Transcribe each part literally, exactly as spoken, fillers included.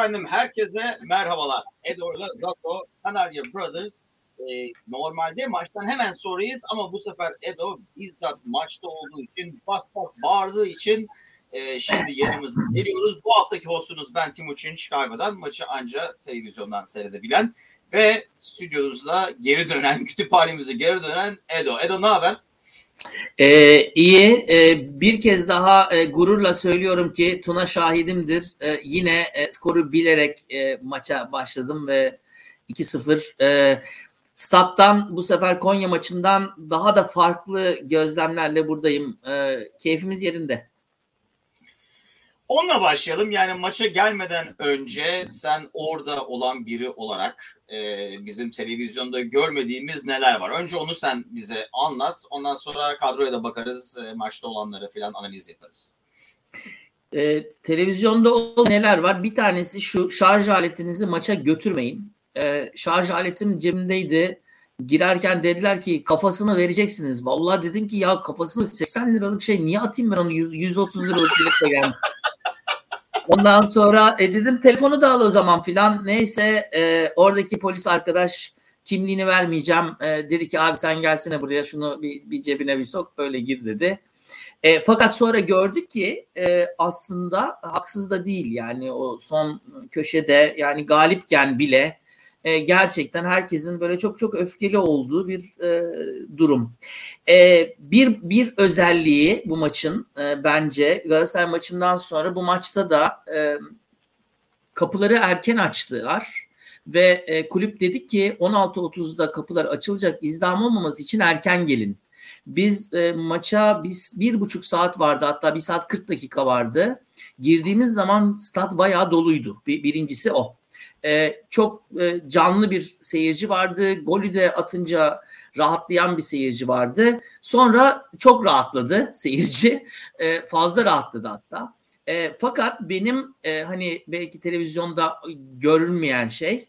Efendim herkese merhabalar. Edo'yla Zato, Kanarya Brothers. Ee, normalde maçtan hemen sonrayız ama bu sefer Edo bizzat maçta olduğu için, bas bas bağırdığı için e, şimdi yerimize geliyoruz. Bu haftaki hostunuz ben Timuçin Chicago'dan, maçı anca televizyondan seyredebilen ve stüdyomuzda geri dönen, kütüphanemize geri dönen Edo. Edo ne haber? Ee, iyi. Ee, bir kez daha e, gururla söylüyorum ki Tuna şahidimdir. Ee, yine e, skoru bilerek e, maça başladım ve iki sıfır. E, stat'tan bu sefer Konya maçından daha da farklı gözlemlerle buradayım. E, keyfimiz yerinde. Onunla başlayalım. Yani maça gelmeden önce sen orada olan biri olarak e, bizim televizyonda görmediğimiz neler var? Önce onu sen bize anlat. Ondan sonra kadroya da bakarız. E, maçta olanları falan analiz yaparız. E, televizyonda neler var? Bir tanesi şu: şarj aletinizi maça götürmeyin. E, şarj aletim cebimdeydi. Girerken dediler ki kafasını vereceksiniz. Vallahi dedim ki ya kafasını seksen liralık şey niye atayım ben onu, yüz, yüz otuz liralık biletle gelmiş. Ondan sonra e, dedim telefonu da al o zaman filan. Neyse e, oradaki polis arkadaş kimliğini vermeyeceğim. E, dedi ki abi sen gelsene buraya, şunu bir, bir cebine bir sok öyle gir dedi. E, fakat sonra gördük ki e, aslında haksız da değil, yani o son köşede yani galipken bile e, gerçekten herkesin böyle çok çok öfkeli olduğu bir e, durum. E, bir bir özelliği bu maçın e, bence Galatasaray maçından sonra bu maçta da e, kapıları erken açtılar ve e, kulüp dedi ki on altı otuzda kapılar açılacak, izdiham olmaması için erken gelin. Biz e, maça biz bir buçuk saat vardı, hatta bir saat kırk dakika vardı. Girdiğimiz zaman stat bayağı doluydu. Bir, birincisi o. E, çok e, canlı bir seyirci vardı. Golü de atınca rahatlayan bir seyirci vardı. Sonra çok rahatladı seyirci. E, fazla rahatladı hatta. E, fakat benim e, hani belki televizyonda görülmeyen şey,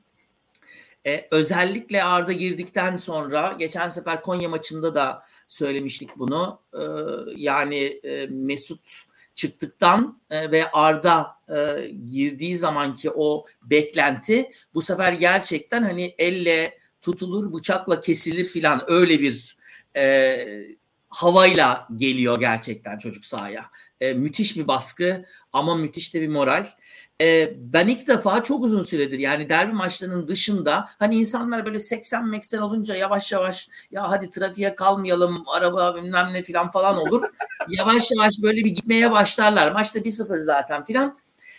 Ee, özellikle Arda girdikten sonra, geçen sefer Konya maçında da söylemiştik bunu. Ee, yani e, Mesut çıktıktan e, ve Arda e, girdiği zamanki o beklenti bu sefer gerçekten hani elle tutulur, bıçakla kesilir filan, öyle bir e, havayla geliyor gerçekten çocuk sahaya. E, müthiş bir baskı ama müthiş de bir moral. Ee, ben ilk defa çok uzun süredir, yani derbi maçlarının dışında, hani insanlar böyle seksen meksen olunca yavaş yavaş ya hadi trafiğe kalmayalım, araba bilmem ne filan falan olur. Yavaş yavaş böyle bir gitmeye başlarlar. Maçta bir sıfır zaten filan.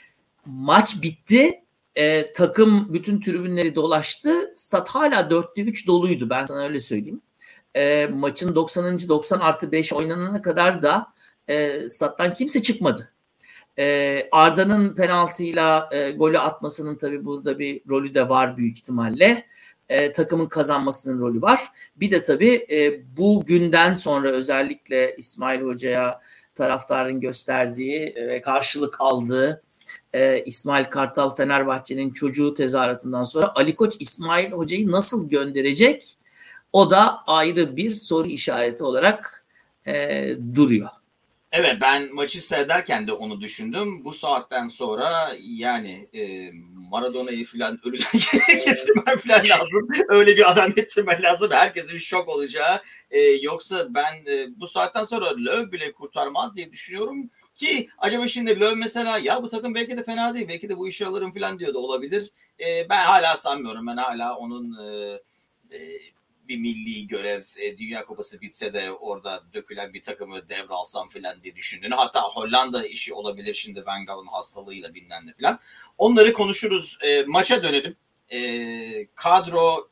Maç bitti. Ee, takım bütün tribünleri dolaştı. Stat hala dörtte üç doluydu, ben sana öyle söyleyeyim. Ee, maçın doksanıncı doksan artı beş oynanana kadar da e, stat'tan kimse çıkmadı. Ee, Arda'nın penaltıyla e, golü atmasının tabii burada bir rolü de var büyük ihtimalle. E, takımın kazanmasının rolü var. Bir de tabii e, bu günden sonra özellikle İsmail Hoca'ya taraftarın gösterdiği ve karşılık aldığı e, İsmail Kartal Fenerbahçe'nin çocuğu tezahüratından sonra Ali Koç İsmail Hoca'yı nasıl gönderecek? O da ayrı bir soru işareti olarak e, duruyor. Evet, ben maçı seyrederken de onu düşündüm. Bu saatten sonra yani e, Maradona'yı falan ölüden getirmen falan lazım. Öyle bir adam getirmen lazım. Herkesin şok olacağı. E, yoksa ben e, bu saatten sonra Löw bile kurtarmaz diye düşünüyorum. Ki acaba şimdi Löw mesela ya bu takım belki de fena değil, belki de bu işi alırım falan diyor da olabilir. E, ben hala sanmıyorum. Ben hala onun e, e, bir milli görev, e, Dünya Kupası bitse de orada dökülen bir takımı devralsam falan diye düşündüğünü. Hatta Hollanda işi olabilir şimdi Van Gaal'ın hastalığıyla bilmem ne falan. Onları konuşuruz. E, maça dönelim. E, kadro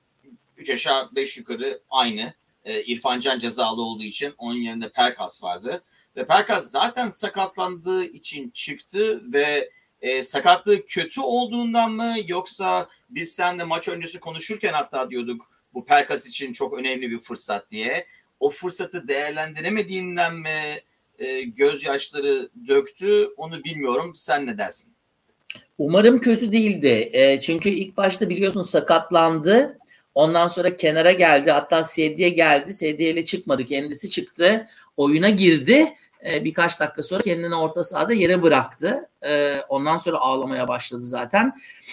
üç aşağı beş yukarı aynı. E, İrfan Can cezalı olduğu için onun yerinde Pelkas vardı. Ve Pelkas zaten sakatlandığı için çıktı ve e, sakatlığı kötü olduğundan mı, yoksa biz seninle maç öncesi konuşurken hatta diyorduk bu Pelkas için çok önemli bir fırsat diye. O fırsatı değerlendiremediğinden mi e, gözyaşları döktü, onu bilmiyorum. Sen ne dersin? Umarım kötü değildi. E, çünkü ilk başta biliyorsun sakatlandı. Ondan sonra kenara geldi. Hatta sedye geldi. Sedyeyle çıkmadı. Kendisi çıktı. Oyuna girdi. e, birkaç dakika sonra kendini orta sahada yere bıraktı. E, ondan sonra ağlamaya başladı zaten.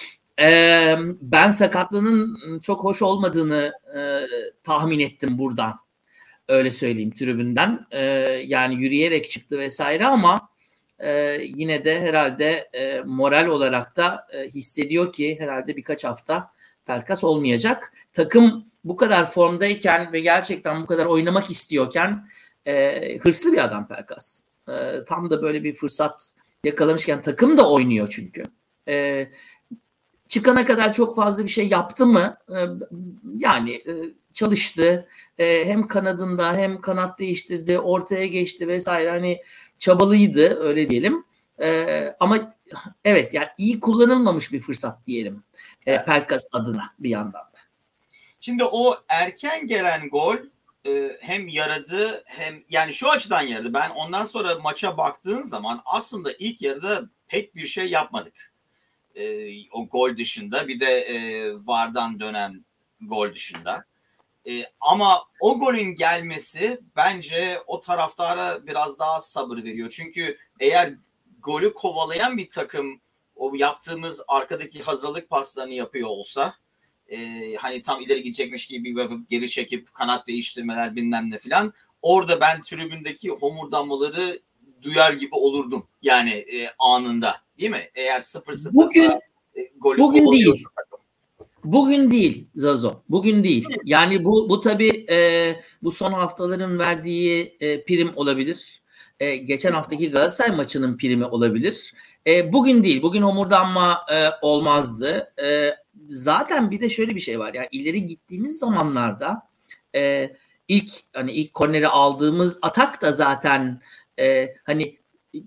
E, ben sakatlığının çok hoş olmadığını e, tahmin ettim buradan. Öyle söyleyeyim, tribünden. E, yani yürüyerek çıktı vesaire ama e, yine de herhalde e, moral olarak da e, hissediyor ki herhalde birkaç hafta Pelkas olmayacak. Takım bu kadar formdayken ve gerçekten bu kadar oynamak istiyorken e, hırslı bir adam Pelkas. E, tam da böyle bir fırsat yakalamışken takım da oynuyor çünkü. E, çıkana kadar çok fazla bir şey yaptı mı? E, yani e, çalıştı. E, hem kanadında hem kanat değiştirdi, ortaya geçti vesaire. Hani çabalıydı, öyle diyelim. E, ama evet, yani iyi kullanılmamış bir fırsat diyelim. E, Evet. Pelkas adına bir yandan da. Şimdi o erken gelen gol e, hem yaradı hem yani şu açıdan yaradı. Ben ondan sonra maça baktığın zaman aslında ilk yarıda pek bir şey yapmadık. E, o gol dışında bir de e, V A R'dan dönen gol dışında. E, ama o golün gelmesi bence o taraftara biraz daha sabır veriyor. Çünkü eğer golü kovalayan bir takım o yaptığımız arkadaki hazırlık paslarını yapıyor olsa, e, hani tam ileri gidecekmiş gibi yapıp geri çekip kanat değiştirmeler bilmem ne filan, orada ben tribündeki homurdanmaları duyar gibi olurdum. Yani e, anında, değil mi? Eğer sıfır sıfırsa e, golü bugün değil. kovalıyorsa takım. Bugün değil Zazo. Bugün değil. Yani bu bu tabii e, bu son haftaların verdiği e, prim olabilir. E, geçen haftaki Galatasaray maçının primi olabilir. E, bugün değil. Bugün homurdanma e, olmazdı. E, zaten bir de şöyle bir şey var. Yani ileri gittiğimiz zamanlarda e, ilk hani ilk korneri aldığımız atak da zaten e, hani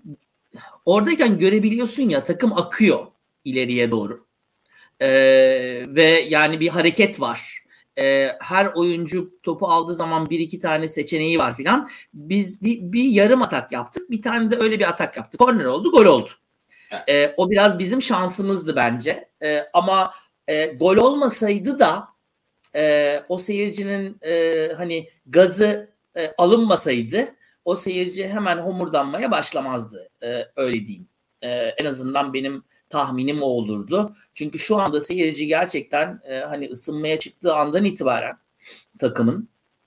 oradayken görebiliyorsun ya, takım akıyor ileriye doğru. Ee, ve yani bir hareket var. Ee, her oyuncu topu aldığı zaman bir iki tane seçeneği var filan. Biz bir, bir yarım atak yaptık. Bir tane de öyle bir atak yaptık. Korner oldu, gol oldu. Evet. Ee, o biraz bizim şansımızdı bence. Ee, ama e, gol olmasaydı da e, o seyircinin e, hani gazı e, alınmasaydı o seyirci hemen homurdanmaya başlamazdı. E, öyle diyeyim. E, en azından benim tahminim o olurdu. Çünkü şu anda seyirci gerçekten e, hani ısınmaya çıktığı andan itibaren takımın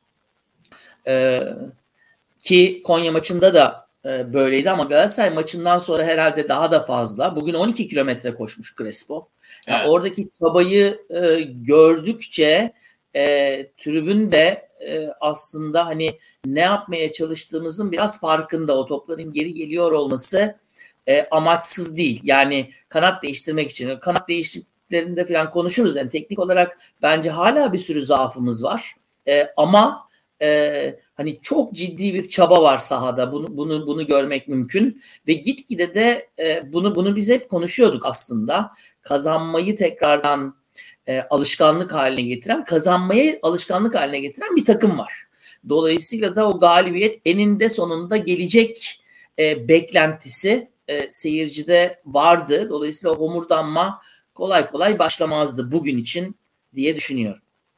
e, ki Konya maçında da e, böyleydi ama Galatasaray maçından sonra herhalde daha da fazla. Bugün on iki kilometre koşmuş Crespo. Yani Evet. oradaki çabayı e, gördükçe e, tribün de e, aslında hani ne yapmaya çalıştığımızın biraz farkında. O topların geri geliyor olması e, amaçsız değil. Yani kanat değiştirmek için. Kanat değişikliklerinde falan konuşuruz. Yani teknik olarak bence hala bir sürü zaafımız var. E, ama e, hani çok ciddi bir çaba var sahada. Bunu bunu bunu görmek mümkün ve gitgide de e, bunu bunu biz hep konuşuyorduk aslında. Kazanmayı tekrardan e, alışkanlık haline getiren, kazanmayı alışkanlık haline getiren bir takım var. Dolayısıyla da o galibiyet eninde sonunda gelecek e, beklentisi e, seyircide vardı. Dolayısıyla homurdanma kolay kolay başlamazdı bugün için diye düşünüyorum.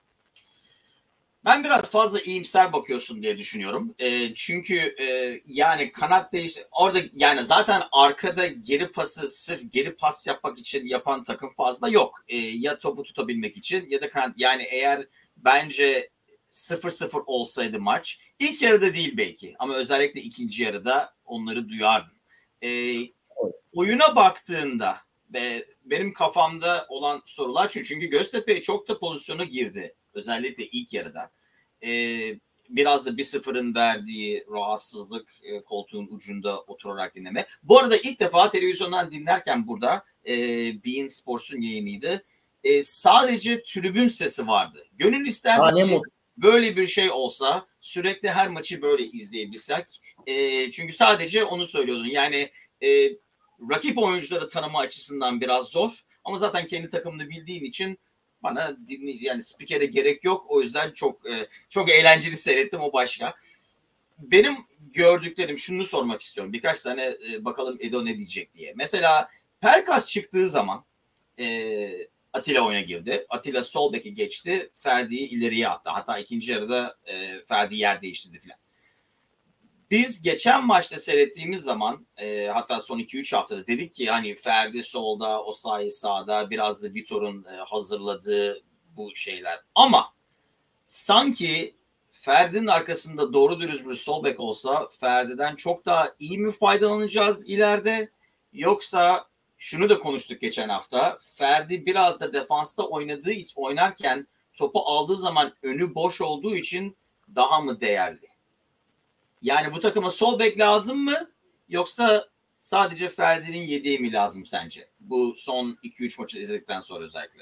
Ben biraz fazla iyimser bakıyorsun diye düşünüyorum. E, çünkü e, yani kanat değiş orada, yani zaten arkada geri pası sırf geri pas yapmak için yapan takım fazla yok. E, ya topu tutabilmek için ya da kanat, yani eğer bence sıfır sıfır olsaydı maç, ilk yarıda değil belki ama özellikle ikinci yarıda onları duyardın. E, oyuna baktığında ve benim kafamda olan sorular şu, çünkü Göztepe çok da pozisyona girdi. Özellikle ilk yarıda. Ee, biraz da bir sıfırın verdiği rahatsızlık, e, koltuğun ucunda oturarak dinleme. Bu arada ilk defa televizyondan dinlerken burada e, Bein Sports'un yayınıydı. E, sadece tribün sesi vardı. Gönül isterdi Ha, ne ki mutlu. böyle bir şey olsa, sürekli her maçı böyle izleyebilsek. E, çünkü sadece onu söylüyordun. Yani e, rakip oyuncuları tanıma açısından biraz zor. Ama zaten kendi takımını bildiğin için bana dinle, yani spikere gerek yok. O yüzden çok e, çok eğlenceli seyrettim, o başka. Benim gördüklerim, şunu sormak istiyorum. Birkaç tane e, bakalım Edo ne diyecek diye. Mesela Pelkas çıktığı zaman e, Atilla oyuna girdi. Atilla sol beki geçti. Ferdi'yi ileriye attı. Hatta ikinci yarıda e, Ferdi yer değiştirdi filan. biz geçen maçta seyrettiğimiz zaman e, hatta son iki üç haftada dedik ki hani Ferdi solda, Osayi sağda, biraz da Vitor'un e, hazırladığı bu şeyler. Ama sanki Ferdi'nin arkasında doğru dürüst bir sol bek olsa Ferdi'den çok daha iyi mi faydalanacağız ileride? Yoksa şunu da konuştuk geçen hafta. Ferdi biraz da defansta oynadığı için oynarken topu aldığı zaman önü boş olduğu için daha mı değerli? Yani bu takıma sol bek lazım mı? Yoksa sadece Ferdi'nin yedeği mi lazım sence? Bu son iki üç maçı izledikten sonra özellikle.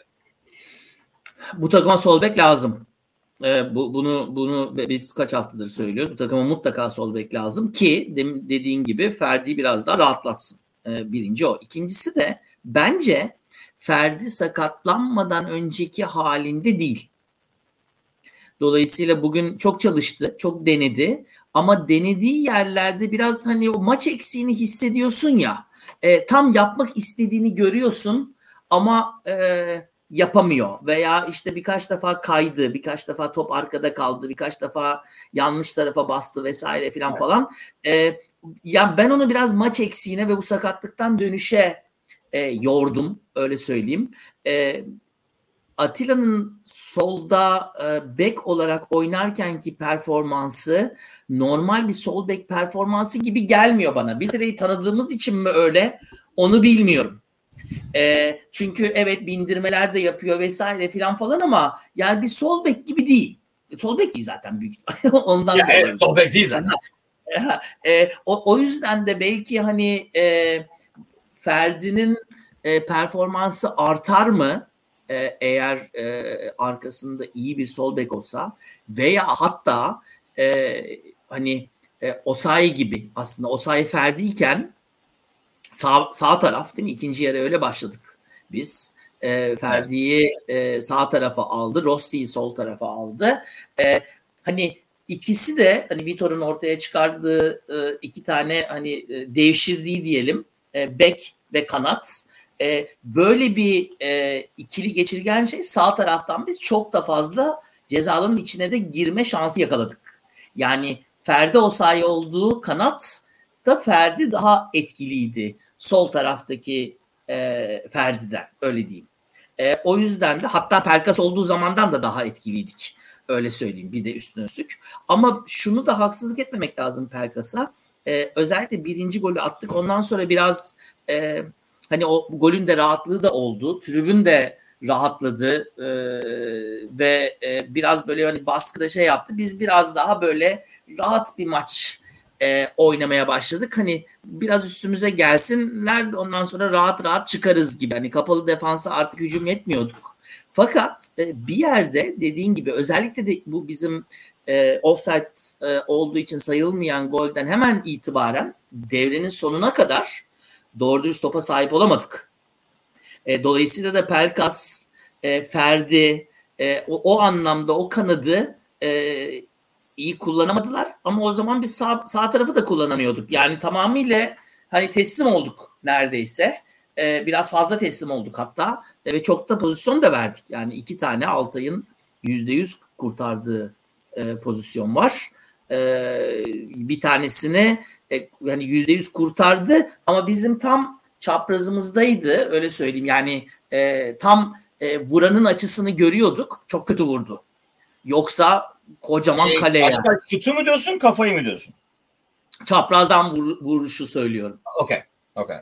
Bu takıma sol bek lazım. Ee, bu, bunu bunu biz kaç haftadır söylüyoruz. Bu takıma mutlaka sol bek lazım ki de, dediğin gibi Ferdi biraz daha rahatlatsın. Ee, birinci o. İkincisi de bence Ferdi sakatlanmadan önceki halinde değil. Dolayısıyla bugün çok çalıştı, çok denedi ama denediği yerlerde biraz hani o maç eksiğini hissediyorsun ya, e, tam yapmak istediğini görüyorsun ama e, yapamıyor veya işte birkaç defa kaydı, birkaç defa top arkada kaldı, birkaç defa yanlış tarafa bastı vesaire filan falan. E, ya ben onu biraz maç eksiğine ve bu sakatlıktan dönüşe e, yordum, öyle söyleyeyim. E, Atilla'nın solda e, bek olarak oynarkenki performansı normal bir sol bek performansı gibi gelmiyor bana. Bir süreyi tanıdığımız için mi öyle onu bilmiyorum. E, çünkü evet bindirmeler de yapıyor vesaire filan falan ama yani bir sol bek gibi değil. Sol bek değil zaten büyük ondan ya da evet, sol bek değil zaten. e, o, o yüzden de belki hani e, Ferdi'nin e, performansı artar mı? Eğer e, arkasında iyi bir sol bek olsa veya hatta e, hani e, Osayi gibi aslında Osayi Ferdi'yken sağ, sağ taraf değil mi? İkinci yarı öyle başladık biz. E, Ferdi'yi e, sağ tarafa aldı. Rossi'yi sol tarafa aldı. E, hani ikisi de hani Vitor'un ortaya çıkardığı e, iki tane hani e, devşirdiği diyelim e, bek ve kanat. E, böyle bir e, ikili geçirgen şey sağ taraftan biz çok da fazla cezaların içine de girme şansı yakaladık. Yani Ferdi Osayi olduğu kanat da Ferdi daha etkiliydi sol taraftaki e, Ferdi'den öyle diyeyim. E, o yüzden de hatta Pelkas olduğu zamandan da daha etkiliydik. Öyle söyleyeyim bir de üstüne üstlük. Ama şunu da haksızlık etmemek lazım Pelkas'a. E, özellikle birinci golü attık. Ondan sonra biraz e, hani o golün de rahatlığı da oldu. Tribün de rahatladı e, ve e, biraz böyle hani baskıda şey yaptı. Biz biraz daha böyle rahat bir maç e, oynamaya başladık. Hani biraz üstümüze gelsinler ondan sonra rahat rahat çıkarız gibi. Hani kapalı defansa artık hücum etmiyorduk. Fakat e, bir yerde dediğin gibi özellikle de bu bizim e, offside e, olduğu için sayılmayan golden hemen itibaren devrenin sonuna kadar doğru dürüst topa sahip olamadık. E, dolayısıyla da Pelkas, e, Ferdi e, o, o anlamda o kanadı e, iyi kullanamadılar ama o zaman biz sağ, sağ tarafı da kullanamıyorduk. Yani tamamıyla hani teslim olduk neredeyse. Ee, biraz fazla teslim olduk hatta e, ve çok da pozisyon da verdik. Yani iki tane Altay'ın yüzde yüz kurtardığı e, pozisyon var. E, bir tanesini e, yani yüzde yüz kurtardı ama bizim tam çaprazımızdaydı öyle söyleyeyim. Yani e, tam e, vuranın açısını görüyorduk. Çok kötü vurdu. Yoksa kocaman Ee, kaleye. Başka şutu mu diyorsun, kafayı mı diyorsun? Çaprazdan vur, vuruşu söylüyorum. Okey, okey.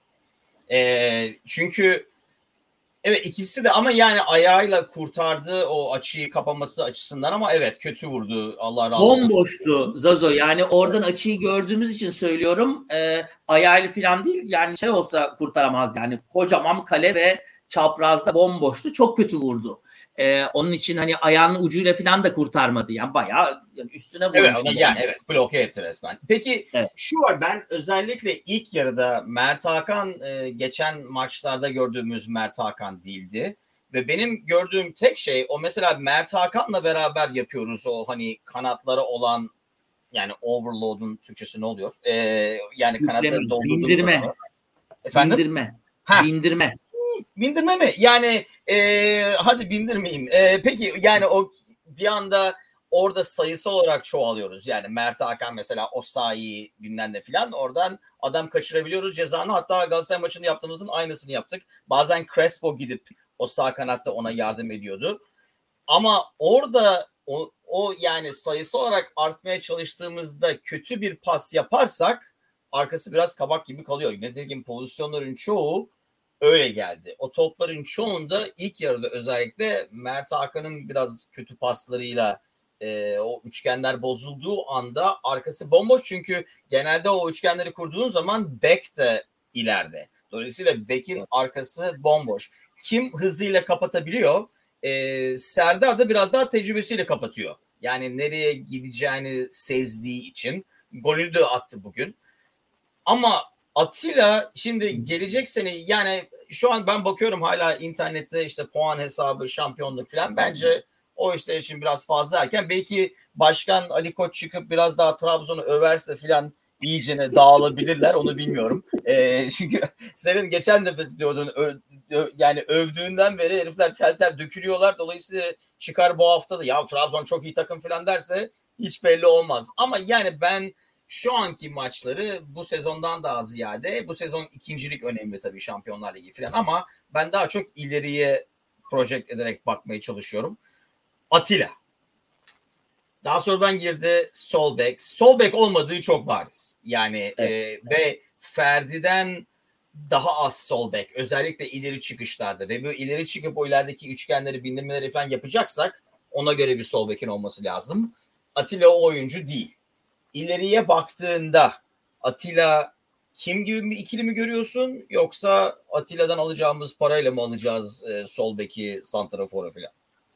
Ee, çünkü evet ikisi de ama yani ayağıyla kurtardı o açıyı kapaması açısından ama evet kötü vurdu. Allah razı olsun. Bomboştu Zazo. Yani oradan açıyı gördüğümüz için söylüyorum. E, ayağıyla falan değil. Yani şey olsa kurtaramaz yani. Kocaman kale ve çaprazda bomboştu. Çok kötü vurdu. Ee, onun için hani ayağının ucuyla falan da kurtarmadı. Yani bayağı yani üstüne vurmuş. Evet, ona, yani evet bloke etti resmen. Peki evet. Şu var, ben özellikle ilk yarıda Mert Hakan e, geçen maçlarda gördüğümüz Mert Hakan değildi. Ve benim gördüğüm tek şey o, mesela Mert Hakan'la beraber yapıyoruz o hani kanatları olan, yani overload'un Türkçesi ne oluyor? Ee, yani kanatları doldurduğumuz bindirme. zaman. Efendim? Bindirme. Ha. Bindirme. Bindirme mi? Yani e, hadi bindirmeyeyim. E, peki yani o bir anda orada sayısal olarak çoğalıyoruz. Yani Mert Hakan mesela Osayi bilmem ne filan, oradan adam kaçırabiliyoruz cezanı. Hatta Galatasaray maçını yaptığımızın aynısını yaptık. Bazen Crespo gidip o sağ kanatta ona yardım ediyordu. Ama orada o, o yani sayısı olarak artmaya çalıştığımızda kötü bir pas yaparsak arkası biraz kabak gibi kalıyor. Nitekim pozisyonların çoğu öyle geldi. O topların çoğunda ilk yarıda özellikle Mert Hakan'ın biraz kötü paslarıyla e, o üçgenler bozulduğu anda arkası bomboş. Çünkü genelde o üçgenleri kurduğun zaman bek de ileride. Dolayısıyla bekin arkası bomboş. Kim hızıyla kapatabiliyor? Ee, Serdar da biraz daha tecrübesiyle kapatıyor. Yani nereye gideceğini sezdiği için. Golü de attı bugün. Ama Atilla şimdi gelecek sene, yani şu an ben bakıyorum hala internette işte puan hesabı, şampiyonluk falan, bence o işler için biraz fazla erken. Belki Başkan Ali Koç çıkıp biraz daha Trabzon'u överse falan iyicene dağılabilirler, onu bilmiyorum. E, çünkü senin geçen de diyordun ö, ö, yani övdüğünden beri herifler tel tel dökülüyorlar. Dolayısıyla çıkar bu hafta da ya Trabzon çok iyi takım falan derse hiç belli olmaz. Ama yani ben şu anki maçları bu sezondan daha ziyade, bu sezon ikincilik önemli tabii Şampiyonlar Ligi falan, ama ben daha çok ileriye project ederek bakmaya çalışıyorum. Atilla. Daha sonradan girdi sol bek. Sol bek olmadığı çok bariz. Yani evet. e, ve Ferdi'den daha az sol bek. Özellikle ileri çıkışlarda ve bu ileri çıkıp o ilerideki üçgenleri, bindirmeleri falan yapacaksak ona göre bir sol bekin olması lazım. Atilla o oyuncu değil. İleriye baktığında Atilla kim gibi bir ikili mi görüyorsun, yoksa Atilla'dan alacağımız parayla mı alacağız e, sol beki, santraforu falan?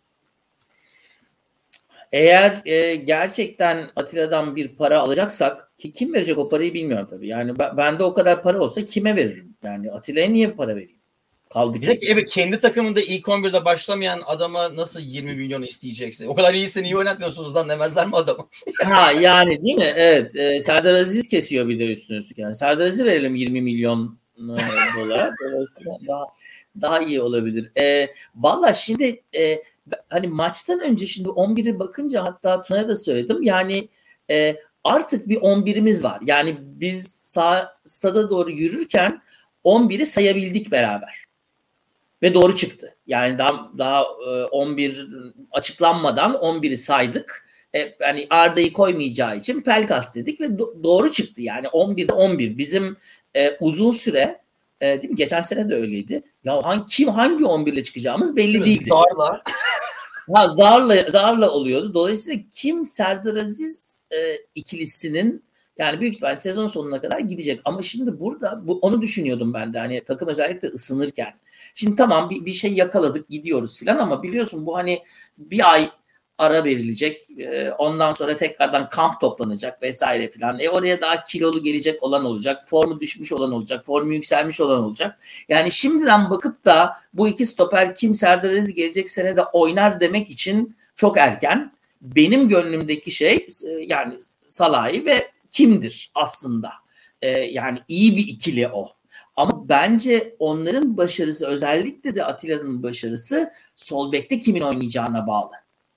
Eğer e, gerçekten Atilla'dan bir para alacaksak, ki kim verecek o parayı bilmiyorum tabii. Yani ben, bende o kadar para olsa kime veririm? Yani Atilla'ya niye para vereyim? Kaldı ki. Evet, kendi takımında ilk on birde başlamayan adama nasıl yirmi milyon isteyeceksin? O kadar iyiyse niye oynatmıyorsunuz lan, demezler mi adamı? Ha yani değil mi? Evet. E, Serdar Aziz kesiyor bir de üstüne üstlük. Yani Serdar Aziz'i verelim yirmi milyon e, dolara. Dolayısıyla daha daha iyi olabilir. E, Valla şimdi e, hani maçtan önce şimdi on bire bakınca, hatta Tuna'ya da söyledim. Yani e, artık bir on birimiz var. Yani biz sağ stada doğru yürürken on biri sayabildik beraber. Ve doğru çıktı. Yani daha daha on bir açıklanmadan on biri saydık. E, yani Arda'yı koymayacağı için Pelkas dedik ve do- doğru çıktı. Yani on birde on bir. Bizim e, uzun süre e, değil mi? Geçen sene de öyleydi. Ya hangi, kim hangi on bir ile çıkacağımız belli değildi. Zarla. Ha, zarla zarla oluyordu. Dolayısıyla kim Serdar Aziz e, ikilisinin, yani büyük ihtimalle sezon sonuna kadar gidecek. Ama şimdi burada bu, onu düşünüyordum ben de, hani takım özellikle ısınırken. Şimdi tamam bir, bir şey yakaladık, gidiyoruz filan, ama biliyorsun bu hani bir ay ara verilecek. E, ondan sonra tekrardan kamp toplanacak vesaire filan. E oraya daha kilolu gelecek olan olacak. Formu düşmüş olan olacak. Formu yükselmiş olan olacak. Yani şimdiden bakıp da bu iki stoper kim Serdar Aziz gelecek sene de oynar demek için çok erken. Benim gönlümdeki şey yani Salahi ve kimdir aslında. Ee, yani iyi bir ikili o. Ama bence onların başarısı, özellikle de Atilla'nın başarısı sol bekte kimin oynayacağına bağlı.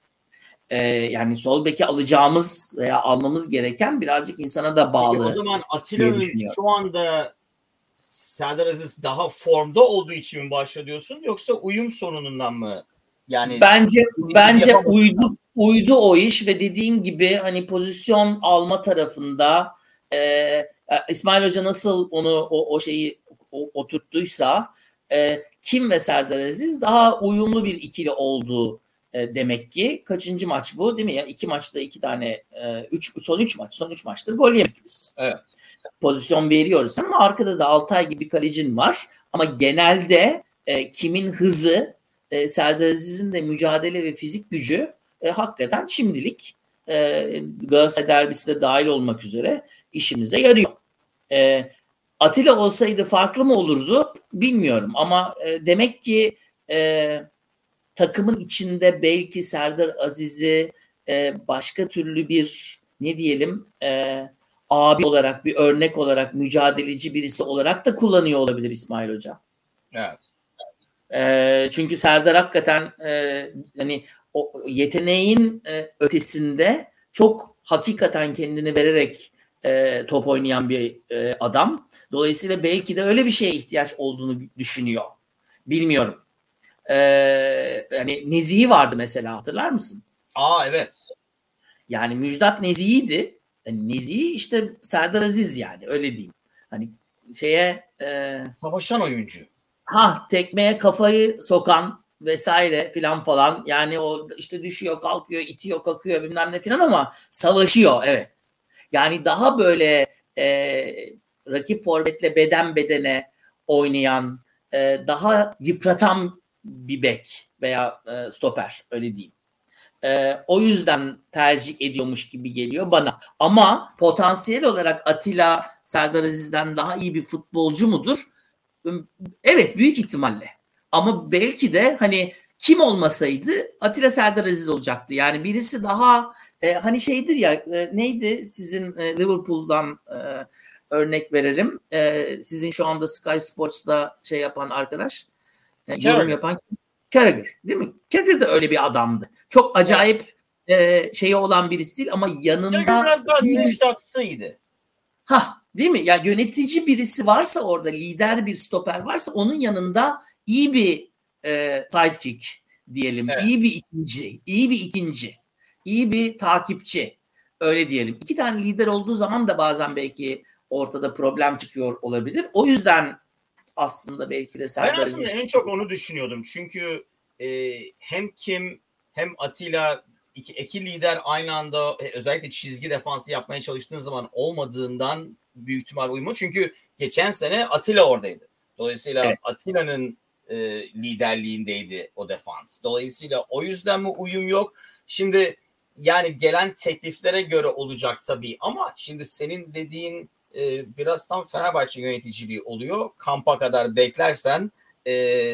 Ee, yani sol beki alacağımız veya almamız gereken birazcık insana da bağlı. Peki, o zaman Atilla'nın şu anda Serdar Aziz daha formda olduğu için mi başlıyor diyorsun, yoksa uyum sorunundan mı? Yani bence bence uydu uydu o iş ve dediğin gibi hani pozisyon alma tarafında e, İsmail Hoca nasıl onu o, o şeyi o, oturttuysa e, Kim ve Serdar Aziz daha uyumlu bir ikili olduğu e, demek ki. Kaçıncı maç bu değil mi ya? İki maçta iki tane e, üç, son üç maç son üç maçtır gol yemedik biz. Evet. Pozisyon veriyoruz ama arkada da Altay gibi kalecin var. Ama genelde e, Kim'in hızı, e, Serdar Aziz'in de mücadele ve fizik gücü e, hakikaten şimdilik e, Galatasaray derbisi de dahil olmak üzere işimize yarıyor. E, Atilla olsaydı farklı mı olurdu bilmiyorum ama e, demek ki e, takımın içinde belki Serdar Aziz'i e, başka türlü bir ne diyelim e, abi olarak, bir örnek olarak, mücadeleci birisi olarak da kullanıyor olabilir İsmail Hoca. Evet. E, çünkü Serdar hakikaten e, hani o yeteneğin e, ötesinde çok hakikaten kendini vererek e, top oynayan bir e, adam. Dolayısıyla belki de öyle bir şeye ihtiyaç olduğunu düşünüyor. Bilmiyorum. E, yani Nezih'i vardı mesela, hatırlar mısın? Aa evet. Yani Müjdat Nezih'iydi. Yani Nezih işte Serdar Aziz, yani öyle diyeyim. Hani şeye e, Savaşan oyuncu. ha tekmeye kafayı sokan vesaire filan falan. Yani o işte düşüyor, kalkıyor, itiyor, kakıyor bilmem ne filan ama savaşıyor, evet. Yani daha böyle e, rakip forvetle beden bedene oynayan, e, daha yıpratan bir bek veya e, stoper, öyle diyeyim. E, o yüzden tercih ediyormuş gibi geliyor bana. Ama potansiyel olarak Atilla Serdar Aziz'den daha iyi bir futbolcu mudur? Evet, büyük ihtimalle. Ama belki de hani kim olmasaydı Atilla Serdar Aziz olacaktı. Yani birisi daha e, hani şeydir ya, e, neydi sizin e, Liverpool'dan e, örnek verelim. E, sizin şu anda Sky Sports'ta şey yapan arkadaş, e, yorum yapan Carragher, değil mi? Carragher de öyle bir adamdı. Çok acayip evet. e, şeyi olan birisi değil ama yanında Carragher biraz daha müjdatsıydı. Ha, değil mi? Ya yani yönetici birisi varsa orada, lider bir stoper varsa onun yanında iyi bir e, sidekick diyelim. Evet. İyi bir ikinci, iyi bir ikinci, iyi bir takipçi. Öyle diyelim. İki tane lider olduğu zaman da bazen belki ortada problem çıkıyor olabilir. O yüzden aslında belki de Serdar Ben aslında Aziz... en çok onu düşünüyordum. Çünkü e, hem Kim hem Atilla iki, iki lider aynı anda özellikle çizgi defansı yapmaya çalıştığın zaman olmadığından büyük ihtimal uyumu. Çünkü geçen sene Atilla oradaydı. Dolayısıyla evet. Atilla'nın e, liderliğindeydi o defans. Dolayısıyla o yüzden mi uyum yok? Şimdi yani gelen tekliflere göre olacak tabii ama şimdi senin dediğin e, biraz tam Fenerbahçe yöneticiliği oluyor. Kampa kadar beklersen e,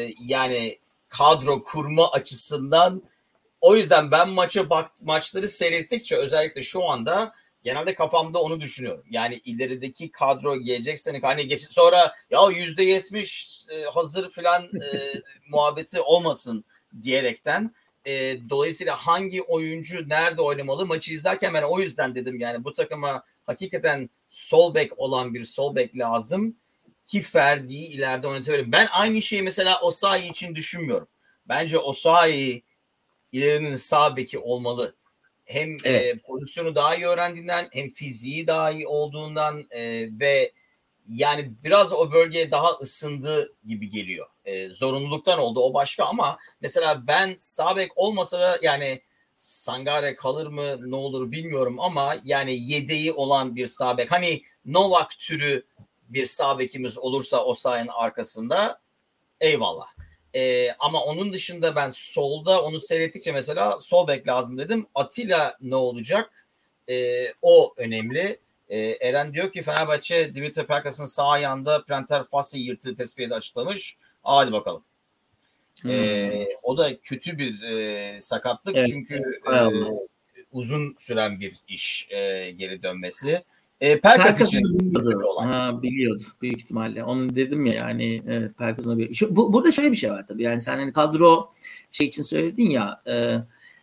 yani kadro kurma açısından o yüzden ben maça bak, maçları seyrettikçe özellikle şu anda genelde kafamda onu düşünüyorum. Yani ilerideki kadro gelecek sene hani geç, sonra ya yüzde yetmiş hazır falan e, muhabbeti olmasın diyerekten e, dolayısıyla hangi oyuncu nerede oynamalı maçı izlerken ben o yüzden dedim yani bu takıma hakikaten sol bek olan bir sol bek lazım ki Ferdi'yi ileride oynatabilirim. Ben aynı şeyi mesela Osayi için düşünmüyorum. Bence Osayi ilerinin sağ beki olmalı. Hem evet. e, pozisyonu daha iyi öğrendiğinden hem fiziği daha iyi olduğundan e, ve yani biraz o bölgeye daha ısındı gibi geliyor. E, zorunluluktan oldu o başka ama mesela ben sağ bek olmasa da yani Sangare kalır mı ne olur bilmiyorum ama yani yedeği olan bir sağ bek hani Novak türü bir sağ bekimiz olursa o sahanın arkasında eyvallah. Ee, ama onun dışında ben solda onu seyrettikçe mesela sol bek lazım dedim. Atilla ne olacak? Ee, o önemli. Ee, Eren diyor ki Fenerbahçe Dimitri Pelkas'ın sağ ayağında plantar fasya yırtığı tespiti açıklamış. Hadi bakalım. Hmm. Ee, o da kötü bir e, sakatlık evet. Çünkü e, uzun süren bir iş e, geri dönmesi. E, Pelkas için biliyordu. Ha, biliyordu büyük ihtimalle. Onu dedim ya yani evet, Pelkas'ın bir. Şu, bu, burada şöyle bir şey var tabii. Yani sen hani kadro şey için söyledin ya. E,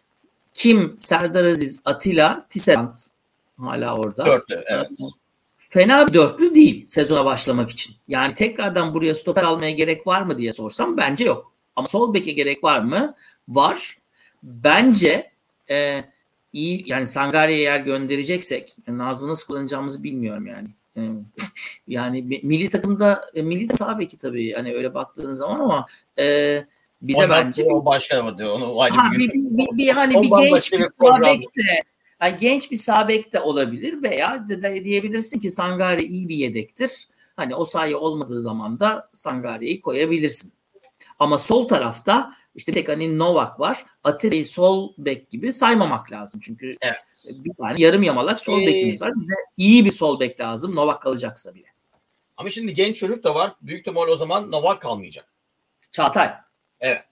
Kim, Serdar Aziz, Atilla, Tisserand hala orada. Dörtlü evet. E, fena bir dörtlü değil sezona başlamak için. Yani tekrardan buraya stoper almaya gerek var mı diye sorsam bence yok. Ama sol beke gerek var mı? Var. Bence e, iyi yani Sangare'ye eğer göndereceksek yani Nazım'ı nasıl kullanacağımızı bilmiyorum yani. Yani milli takımda milli takım sağ beki tabii hani öyle baktığın zaman ama e, bize o bence o başka mı diyor onu ha, bir, bir, bir, bir hani bir genç bir sağ bek de yani genç bir sağ bek de olabilir veya de, de diyebilirsin ki Sangare iyi bir yedektir. Hani o sayı olmadığı zaman da Sangare'yi koyabilirsin. Ama sol tarafta işte tek hani Novak var. Atilla'yı sol bek gibi saymamak lazım. Çünkü evet. bir tane yarım yamalak sol ee, bekimiz var. Bize iyi bir sol bek lazım. Novak kalacaksa bile. Ama şimdi genç çocuk da var. Büyük ihtimal o zaman Novak kalmayacak. Çağatay. Evet.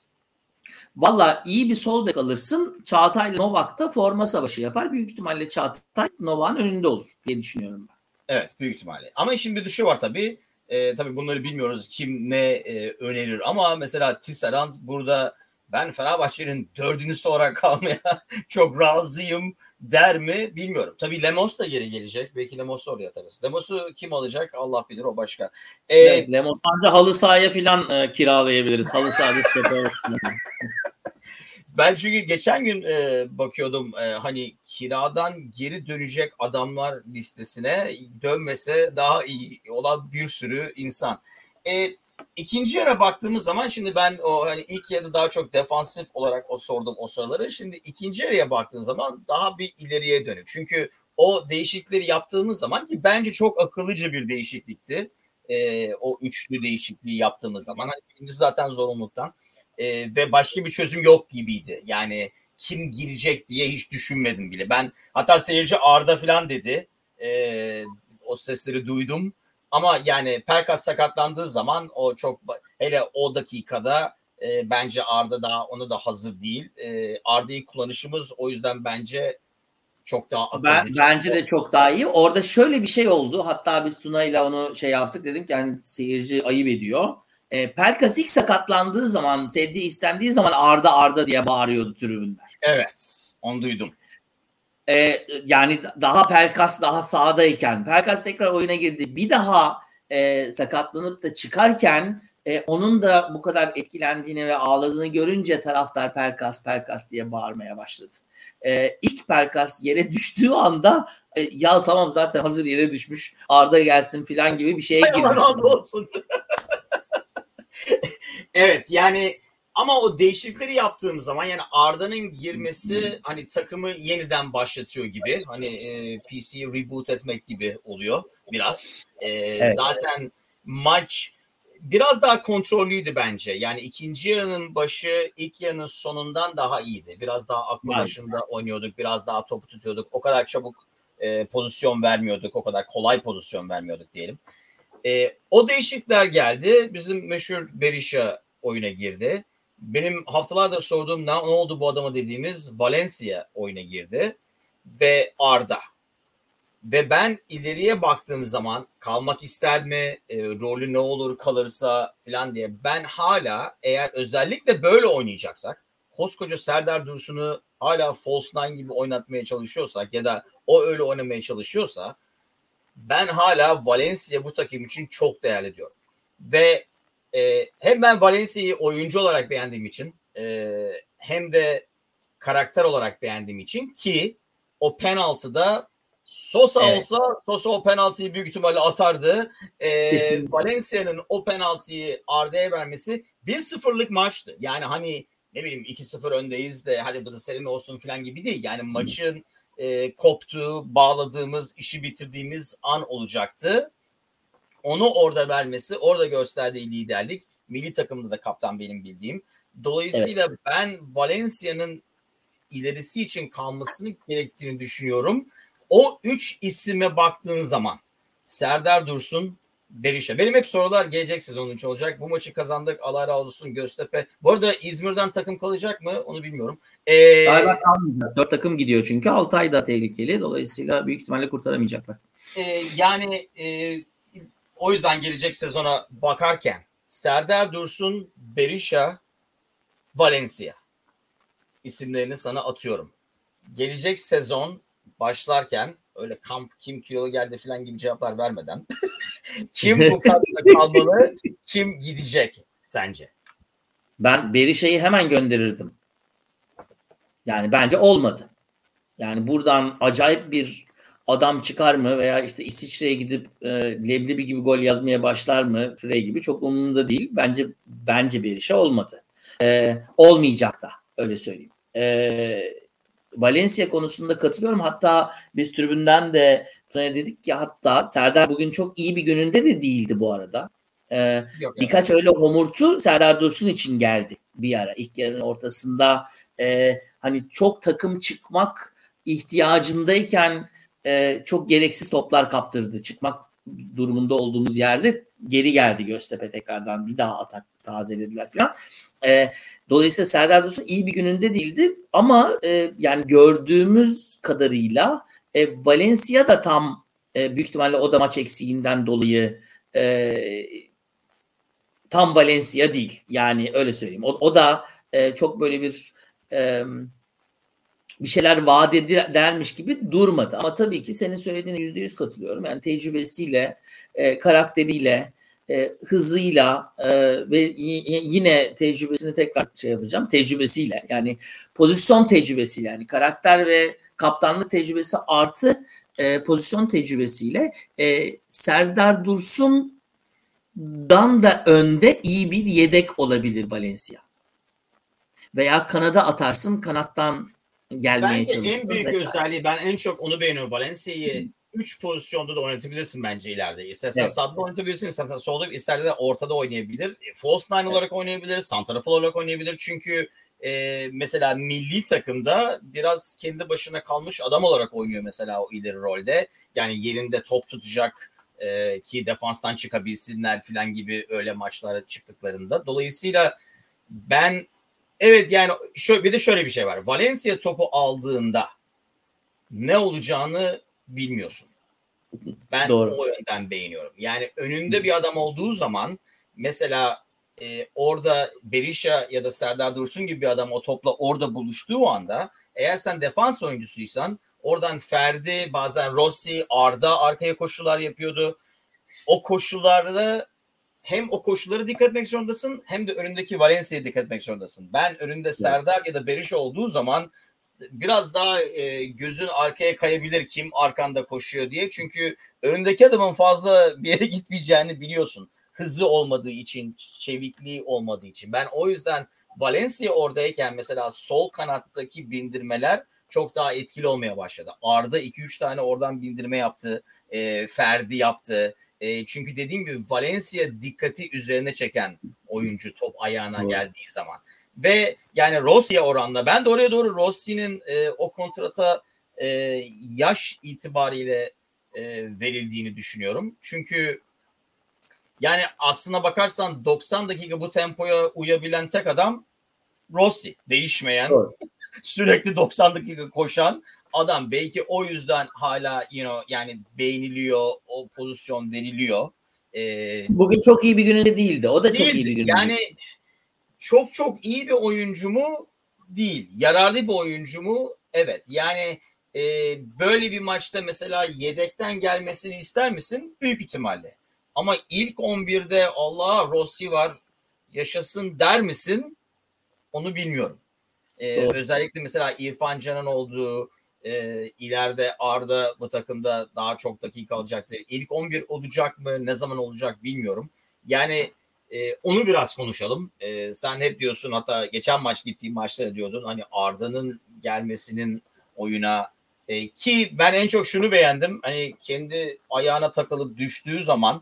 Valla iyi bir sol bek alırsın. Çağatay Novak da forma savaşı yapar. Büyük ihtimalle Çağatay Novak'ın önünde olur diye düşünüyorum ben. Evet büyük ihtimalle. Ama şimdi bir de şu var tabii. E, tabii bunları bilmiyoruz kim ne e, önerir ama mesela Tisserand burada ben Fenerbahçe'nin dördüncüsü olarak kalmaya çok razıyım der mi bilmiyorum. Tabii Lemos da geri gelecek. Belki Lemos'u oraya atarız. Lemos'u kim alacak Allah bilir, o başka. Ee, evet, Lemos ancak halı sahaya falan e, kiralayabiliriz. Halı sahada stoper. Ben çünkü geçen gün e, bakıyordum e, hani kiradan geri dönecek adamlar listesine, dönmese daha iyi olan bir sürü insan. E, ikinci yara baktığımız zaman şimdi ben o hani ilk yarıda daha çok defansif olarak o sordum o soruları. Şimdi ikinci yarıya baktığın zaman daha bir ileriye dönük. Çünkü o değişiklikleri yaptığımız zaman ki bence çok akıllıca bir değişiklikti. E, o üçlü değişikliği yaptığımız zaman. Hani birinci zaten zorunluluktan. Ee, ve başka bir çözüm yok gibiydi. Yani kim girecek diye hiç düşünmedim bile. Ben hatta seyirci Arda falan dedi. Ee, o sesleri duydum. Ama yani Pelkas sakatlandığı zaman o çok hele o dakikada e, bence Arda daha onu da hazır değil. E, Arda'yı kullanışımız o yüzden bence çok daha akıllı. Ben, bence de çok daha iyi. Orada şöyle bir şey oldu. Hatta biz Tuna'yla onu şey yaptık, dedim ki yani seyirci ayıp ediyor. E, Pelkas ilk sakatlandığı zaman, sevdiği istendiği zaman Arda Arda diye bağırıyordu tribünler. Evet, onu duydum. E, yani daha Pelkas daha sahadayken, Pelkas tekrar oyuna girdi. Bir daha e, sakatlanıp da çıkarken e, onun da bu kadar etkilendiğini ve ağladığını görünce taraftar Pelkas Pelkas diye bağırmaya başladı. E, ilk Pelkas yere düştüğü anda e, ya tamam zaten hazır yere düşmüş, Arda gelsin falan gibi bir şeye girmiş. olsun. Evet yani ama o değişiklikleri yaptığım zaman yani Arda'nın girmesi hani takımı yeniden başlatıyor gibi. Hani e, P C'yi reboot etmek gibi oluyor biraz. E, evet. Zaten maç biraz daha kontrollüydü bence. Yani ikinci yarının başı ilk yarının sonundan daha iyiydi. Biraz daha aklı başında oynuyorduk. Biraz daha topu tutuyorduk. O kadar çabuk e, pozisyon vermiyorduk. O kadar kolay pozisyon vermiyorduk diyelim. E, o değişiklikler geldi. Bizim meşhur Berisha oyuna girdi. Benim haftalardır sorduğum ne, ne oldu bu adama dediğimiz Valencia oyuna girdi. Ve Arda. Ve ben ileriye baktığım zaman kalmak ister mi, e, rolü ne olur kalırsa falan diye ben hala eğer özellikle böyle oynayacaksak koskoca Serdar Dursun'u hala false nine gibi oynatmaya çalışıyorsak ya da o öyle oynamaya çalışıyorsa ben hala Valencia bu takım için çok değerli diyorum. Ve e, hem ben Valencia'yı oyuncu olarak beğendiğim için e, hem de karakter olarak beğendiğim için ki o penaltıda Sosa evet. olsa Sosa o penaltıyı büyük ihtimalle atardı. E, Valencia'nın o penaltıyı Arda'ya vermesi bir sıfırlık maçtı. Yani hani ne bileyim iki sıfır öndeyiz de hadi bu da serin olsun falan gibi değil. Yani maçın e, koptuğu, bağladığımız, işi bitirdiğimiz an olacaktı. Onu orada vermesi, orada gösterdiği liderlik, milli takımda da kaptan benim bildiğim. Dolayısıyla evet. ben Valencia'nın ilerisi için kalmasını gerektiğini düşünüyorum. O üç isime baktığın zaman Serdar Dursun, Berisha. Benim hep sorular gelecek sezonun için olacak. Bu maçı kazandık. Allah razı olsun Göztepe. Bu arada İzmir'den takım kalacak mı? Onu bilmiyorum. Ee, Galiba kalmayacak. Dört takım gidiyor çünkü. Altay da tehlikeli. Dolayısıyla büyük ihtimalle kurtaramayacaklar. E, yani e, o yüzden gelecek sezona bakarken Serdar Dursun, Berisha, Valencia isimlerini sana atıyorum. Gelecek sezon başlarken öyle kamp kim kilolu geldi falan gibi cevaplar vermeden kim bu kadroda kalmalı, kim gidecek sence? Ben Berisha'yı hemen gönderirdim. Yani bence olmadı. Yani buradan acayip bir adam çıkar mı veya işte İsviçre'ye gidip e, leblebi gibi gol yazmaya başlar mı Frey gibi çok umurumda değil. Bence bence Berisha olmadı. E, olmayacak da öyle söyleyeyim. E, Valencia konusunda katılıyorum. Hatta biz tribünden de Tuna dedik ki hatta Serdar bugün çok iyi bir gününde de değildi bu arada. Ee, Yok, birkaç öyle homurtu Serdar Dursun için geldi bir ara. İlk yarının ortasında e, hani çok takım çıkmak ihtiyacındayken e, çok gereksiz toplar kaptırdı. Çıkmak durumunda olduğumuz yerde geri geldi Göztepe tekrardan. Bir daha atak tazelediler falan. E, dolayısıyla Serdar Dursun iyi bir gününde değildi ama e, yani gördüğümüz kadarıyla e, Valencia da tam e, büyük ihtimalle o da maç eksiğinden dolayı e, tam Valencia değil. Yani öyle söyleyeyim. O, o da e, çok böyle bir e, bir şeyler vaat edermiş gibi durmadı. Ama tabii ki senin söylediğine yüzde yüz katılıyorum. Yani tecrübesiyle, e, karakteriyle, e, hızıyla e, ve y- yine tecrübesini tekrar şey yapacağım. Tecrübesiyle yani pozisyon tecrübesiyle yani karakter ve kaptanlık tecrübesi artı e, pozisyon tecrübesiyle e, Serdar Dursun'dan da önde iyi bir yedek olabilir Valencia. Veya kanada atarsın, kanattan gelmeye Bence en çalışırsın büyük vesaire. özelliği, ben en çok onu beğeniyorum. Valencia'yı üç pozisyonda da oynatabilirsin bence ileride. İstersen Evet. sağda oynatabilirsin, istersen solda, istersen de ortada oynayabilir. False nine olarak oynayabilir, santrafor olarak oynayabilir. Çünkü e, mesela milli takımda biraz kendi başına kalmış adam olarak oynuyor mesela o ileri rolde. Yani yerinde top tutacak e, ki defanstan çıkabilsinler falan gibi öyle maçlara çıktıklarında. Dolayısıyla ben evet yani şöyle, bir de şöyle bir şey var. Valencia topu aldığında ne olacağını bilmiyorsun. Ben Doğru. o yönden beğeniyorum. Yani önünde bir adam olduğu zaman mesela e, orada Berisha ya da Serdar Dursun gibi bir adam o topla orada buluştuğu anda, eğer sen defans oyuncusuysan oradan Ferdi, bazen Rossi, Arda arkaya koşular yapıyordu. O koşularda hem o koşullara dikkat etmek zorundasın hem de önündeki Valencia'ya dikkat etmek zorundasın. Ben önünde Serdar ya da Berisha olduğu zaman biraz daha e, gözün arkaya kayabilir kim arkanda koşuyor diye. Çünkü önündeki adamın fazla bir yere gitmeyeceğini biliyorsun. Hızı olmadığı için, çevikliği olmadığı için. Ben o yüzden Valencia oradayken mesela sol kanattaki bindirmeler çok daha etkili olmaya başladı. Arda iki üç tane oradan bindirme yaptı. E, Ferdi yaptı. E, çünkü dediğim gibi Valencia dikkati üzerine çeken oyuncu top ayağına Doğru. geldiği zaman. Ve yani Rossi'ye oranla, ben de oraya doğru Rossi'nin e, o kontrata e, yaş itibariyle e, verildiğini düşünüyorum. Çünkü yani aslına bakarsan doksan dakika bu tempoya uyabilen tek adam Rossi. Değişmeyen, Doğru. sürekli doksan dakika koşan adam. Belki o yüzden hala you know, yani beğeniliyor, o pozisyon veriliyor. Ee, Bugün çok iyi bir gününde değildi. O da çok iyi değildi. bir gününde Yani değil. çok çok iyi bir oyuncu mu? Değil. Yararlı bir oyuncu mu? Evet. Yani e, böyle bir maçta mesela yedekten gelmesini ister misin? Büyük ihtimalle. Ama ilk on birde Allah Rossi var yaşasın der misin? Onu bilmiyorum. Ee, Doğru. özellikle mesela İrfan Can'ın olduğu e, ileride Arda bu takımda daha çok dakika alacaktır. İlk on bir olacak mı? Ne zaman olacak bilmiyorum. Yani e, onu biraz konuşalım. E, sen hep diyorsun, hatta geçen maç gittiğim maçta diyordun hani Arda'nın gelmesinin oyuna e, ki ben en çok şunu beğendim. Hani kendi ayağına takılıp düştüğü zaman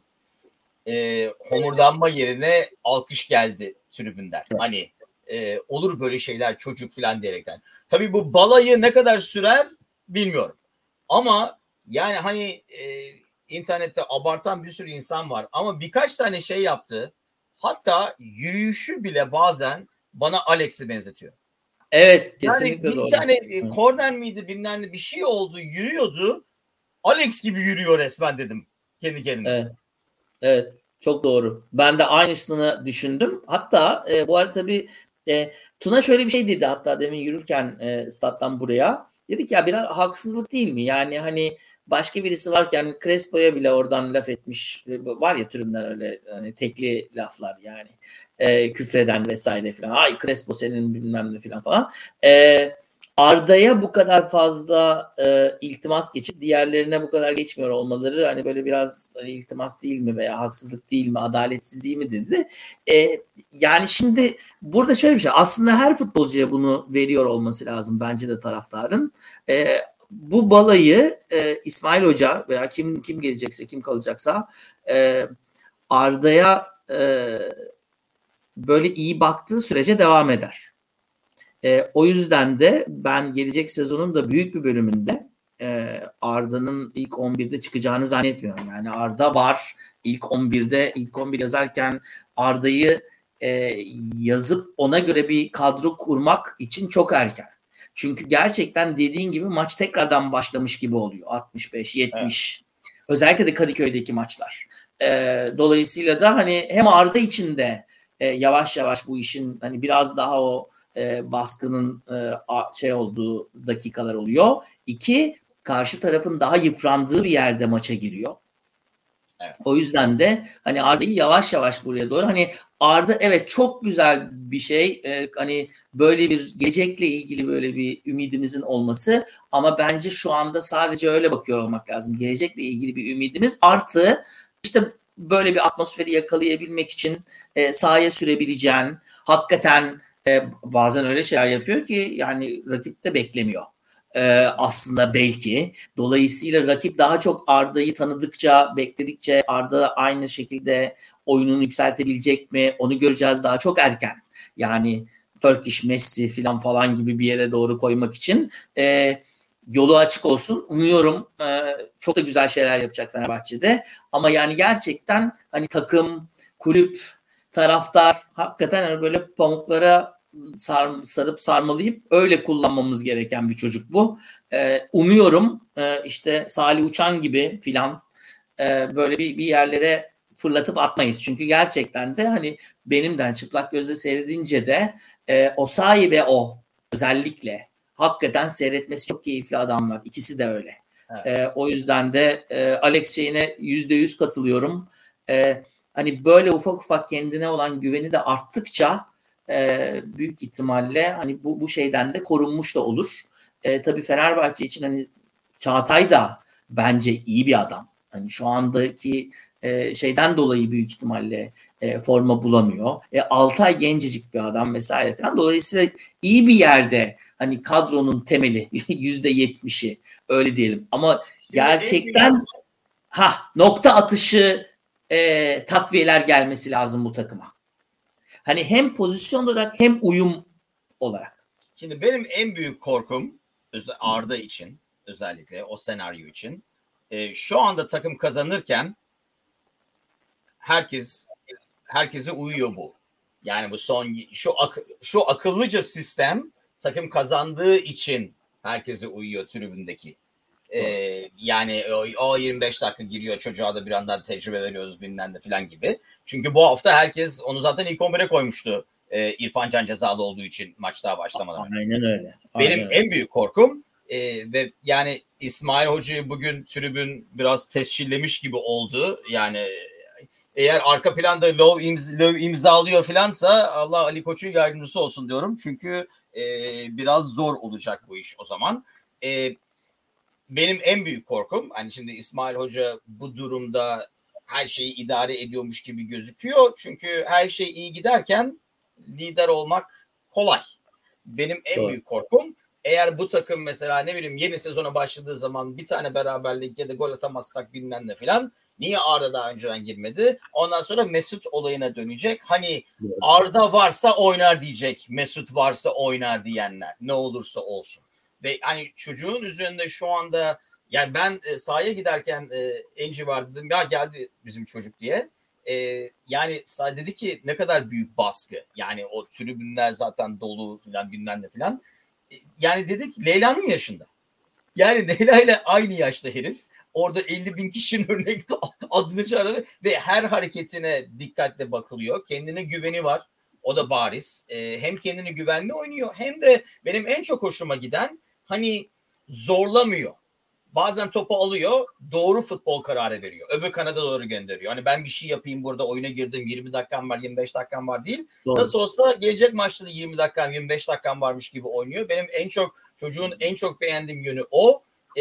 e, homurdanma yerine alkış geldi tribünden. Hani e, olur böyle şeyler çocuk falan diyerekten. Tabii bu balayı ne kadar sürer bilmiyorum. Ama yani hani e, internette abartan bir sürü insan var. Ama birkaç tane şey yaptı. Hatta yürüyüşü bile bazen bana Alex'i benzetiyor. Evet, Yani kesinlikle bir doğru. tane e, korner miydi bilmem ne bir şey oldu, yürüyordu. Alex gibi yürüyor resmen dedim kendi kendime. Evet, evet. Çok doğru. Ben de aynısını düşündüm. Hatta e, bu arada tabii e, Tuna şöyle bir şey dedi hatta demin yürürken e, stat'tan buraya. Dedik ya biraz haksızlık değil mi? Yani hani başka birisi varken Crespo'ya bile oradan laf etmiş. Var ya tribünden öyle hani tekli laflar yani. E, küfreden vesaire falan. Ay Crespo senin bilmem ne falan falan. E, Arda'ya bu kadar fazla e, iltimas geçip diğerlerine bu kadar geçmiyor olmaları hani böyle biraz hani iltimas değil mi veya haksızlık değil mi, adaletsiz değil mi dedi. E, yani şimdi burada şöyle bir şey aslında her futbolcuya bunu veriyor olması lazım bence de taraftarın. E, bu balayı e, İsmail Hoca veya kim kim gelecekse kim kalacaksa e, Arda'ya e, böyle iyi baktığı sürece devam eder. E, o yüzden de ben gelecek sezonun da büyük bir bölümünde e, Arda'nın ilk on birde çıkacağını zannetmiyorum. Yani Arda var ilk on birde ilk on bir yazarken Arda'yı e, yazıp ona göre bir kadro kurmak için çok erken. Çünkü gerçekten dediğin gibi maç tekrardan başlamış gibi oluyor. altmış beş Evet. yetmiş özellikle de Kadıköy'deki maçlar. E, dolayısıyla da hani hem Arda için de e, yavaş yavaş bu işin hani biraz daha o e, baskının e, şey olduğu dakikalar oluyor. İki, karşı tarafın daha yıprandığı bir yerde maça giriyor. Evet. O yüzden de hani Arda'yı yavaş yavaş buraya doğru hani Arda evet çok güzel bir şey ee, hani böyle bir gelecekle ilgili böyle bir ümidimizin olması ama bence şu anda sadece öyle bakıyor olmak lazım. Gelecekle ilgili bir ümidimiz artı işte böyle bir atmosferi yakalayabilmek için e, sahaya sürebileceğin hakikaten e, bazen öyle şeyler yapıyor ki yani rakip de beklemiyor. Ee, aslında belki. Dolayısıyla rakip daha çok Arda'yı tanıdıkça, bekledikçe Arda aynı şekilde oyununu yükseltebilecek mi? Onu göreceğiz daha çok erken. Yani Turkish Messi falan falan gibi bir yere doğru koymak için e, yolu açık olsun. Umuyorum e, çok da güzel şeyler yapacak Fenerbahçe'de. Ama yani gerçekten hani takım, kulüp, taraftar hakikaten böyle pamuklara sar, sarıp sarmalayıp öyle kullanmamız gereken bir çocuk bu. Ee, umuyorum e, işte Salih Uçan gibi filan e, böyle bir, bir yerlere fırlatıp atmayız. Çünkü gerçekten de hani benimden çıplak gözle seyredince de e, Osayi ve o özellikle hakikaten seyretmesi çok keyifli adamlar. İkisi de öyle. Evet. E, o yüzden de e, Alex şeyine yüzde yüz katılıyorum. E, hani böyle ufak ufak kendine olan güveni de arttıkça e, büyük ihtimalle hani bu, bu şeyden de korunmuş da olur. E, tabii Fenerbahçe için hani Çağatay da bence iyi bir adam. Hani şu andaki e, şeyden dolayı büyük ihtimalle e, forma bulamıyor. E, Altay gencecik bir adam vesaire falan. Dolayısıyla iyi bir yerde hani kadronun temeli yüzde yetmişi öyle diyelim. Ama Şimdi gerçekten büyük... ha nokta atışı e, takviyeler gelmesi lazım bu takıma. Hani hem pozisyon olarak hem uyum olarak. Şimdi benim en büyük korkum Arda için özellikle o senaryo için e, şu anda takım kazanırken herkes herkese uyuyor bu. Yani bu son şu ak, şu akıllıca sistem takım kazandığı için herkese uyuyor tribündeki. Ee, yani o, o yirmi beş dakika giriyor çocuğa da bir anda tecrübe veriyoruz bilmem de falan gibi. Çünkü bu hafta herkes onu zaten ilk on bire koymuştu. Ee, İrfan Can cezalı olduğu için maç daha başlamadan önce. Aynen öyle. Aynen Benim öyle. en büyük korkum e, ve yani İsmail Hoca'yı bugün tribün biraz tescillemiş gibi oldu. Yani eğer arka planda Löw, imz, Löw imzalıyor filansa Allah Ali Koç'un yardımcısı olsun diyorum. Çünkü e, biraz zor olacak bu iş o zaman. E, benim en büyük korkum hani şimdi İsmail Hoca bu durumda her şeyi idare ediyormuş gibi gözüküyor. Çünkü her şey iyi giderken lider olmak kolay. Benim en Doğru. büyük korkum eğer bu takım mesela ne bileyim yeni sezona başladığı zaman bir tane beraberlik ya da gol atamazsak bilmem ne filan. Niye Arda daha önceden girmedi? Ondan sonra Mesut olayına dönecek. Hani Arda varsa oynar diyecek. Mesut varsa oynar diyenler. Ne olursa olsun. Ve hani çocuğun üzerinde şu anda yani ben e, sahaya giderken e, Enci var dedim ya geldi bizim çocuk diye. E, yani dedi ki ne kadar büyük baskı. Yani o tribünler zaten dolu filan bilmem ne filan. E, yani dedik Leyla'nın yaşında. Yani Leyla ile aynı yaşta herif. Orada elli bin kişinin önüne adını çağırdı ve her hareketine dikkatle bakılıyor. Kendine güveni var. O da bariz. E, hem kendini güvenli oynuyor hem de benim en çok hoşuma giden hani zorlamıyor. Bazen topu alıyor, doğru futbol kararı veriyor. Öbür kanada doğru gönderiyor. Hani ben bir şey yapayım burada oyuna girdim yirmi dakikam var, yirmi beş dakikam var değil. Doğru. Nasıl olsa gelecek maçta da yirmi dakikam, yirmi beş dakikam varmış gibi oynuyor. Benim en çok çocuğun en çok beğendiğim yönü o. Ee,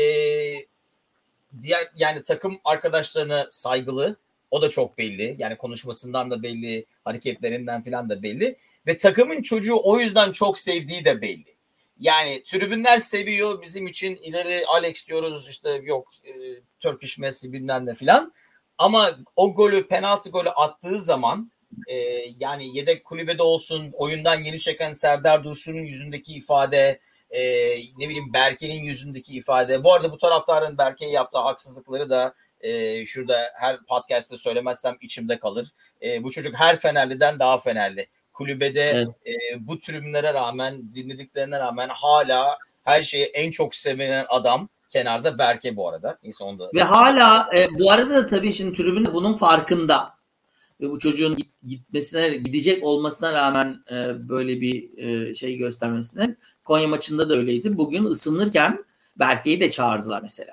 diğer yani takım arkadaşlarına saygılı. O da çok belli. Yani konuşmasından da belli, hareketlerinden falan da belli. Ve takımın çocuğu o yüzden çok sevdiği de belli. Yani tribünler seviyor bizim için ileri Alex diyoruz işte yok e, Turkish Messi bilmem ne filan. Ama o golü penaltı golü attığı zaman e, yani yedek kulübede olsun oyundan yeni çeken Serdar Dursun'un yüzündeki ifade e, ne bileyim Berke'nin yüzündeki ifade. Bu arada bu taraftarın Berke'ye yaptığı haksızlıkları da e, şurada her podcast'te söylemezsem içimde kalır. E, bu çocuk her Fenerli'den daha Fenerli. Kulübede evet. e, bu tribünlere rağmen dinlediklerine rağmen hala her şeyi en çok sevilen adam Kenarda Berke bu arada. Neyse onu da Ve hala e, bu arada da tabii şimdi tribün de bunun farkında. Ve bu çocuğun gitmesine, gidecek olmasına rağmen e, böyle bir e, şey göstermesine, Konya maçında da öyleydi. Bugün ısınırken Berke'yi de çağırdılar mesela.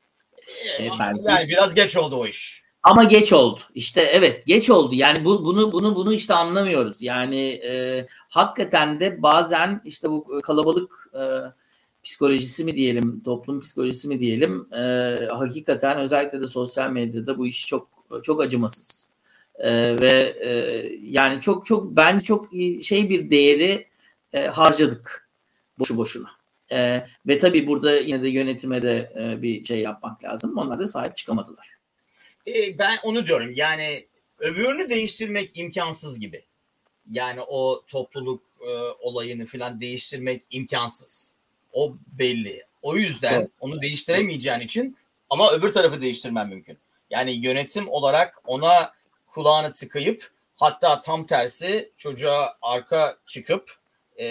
E, Berke... Yani biraz geç oldu o iş. Ama geç oldu. İşte evet, geç oldu. Yani bu bunu bunu bunu işte anlamıyoruz. Yani e, hakikaten de bazen işte bu kalabalık e, psikolojisi mi diyelim, toplum psikolojisi mi diyelim, e, hakikaten özellikle de sosyal medyada bu iş çok çok acımasız. Ee, ve e, yani çok çok bence çok şey bir değeri e, harcadık boşu boşuna. E, ve tabii burada yine de yönetime de e, bir şey yapmak lazım. Onlar da sahip çıkamadılar. E, ben onu diyorum. Yani öbürünü değiştirmek imkansız gibi. Yani o topluluk e, olayını falan değiştirmek imkansız. O belli. O yüzden evet. Onu değiştiremeyeceğin için ama öbür tarafı değiştirmen mümkün. Yani yönetim olarak ona kulağını tıkayıp hatta tam tersi çocuğa arka çıkıp e,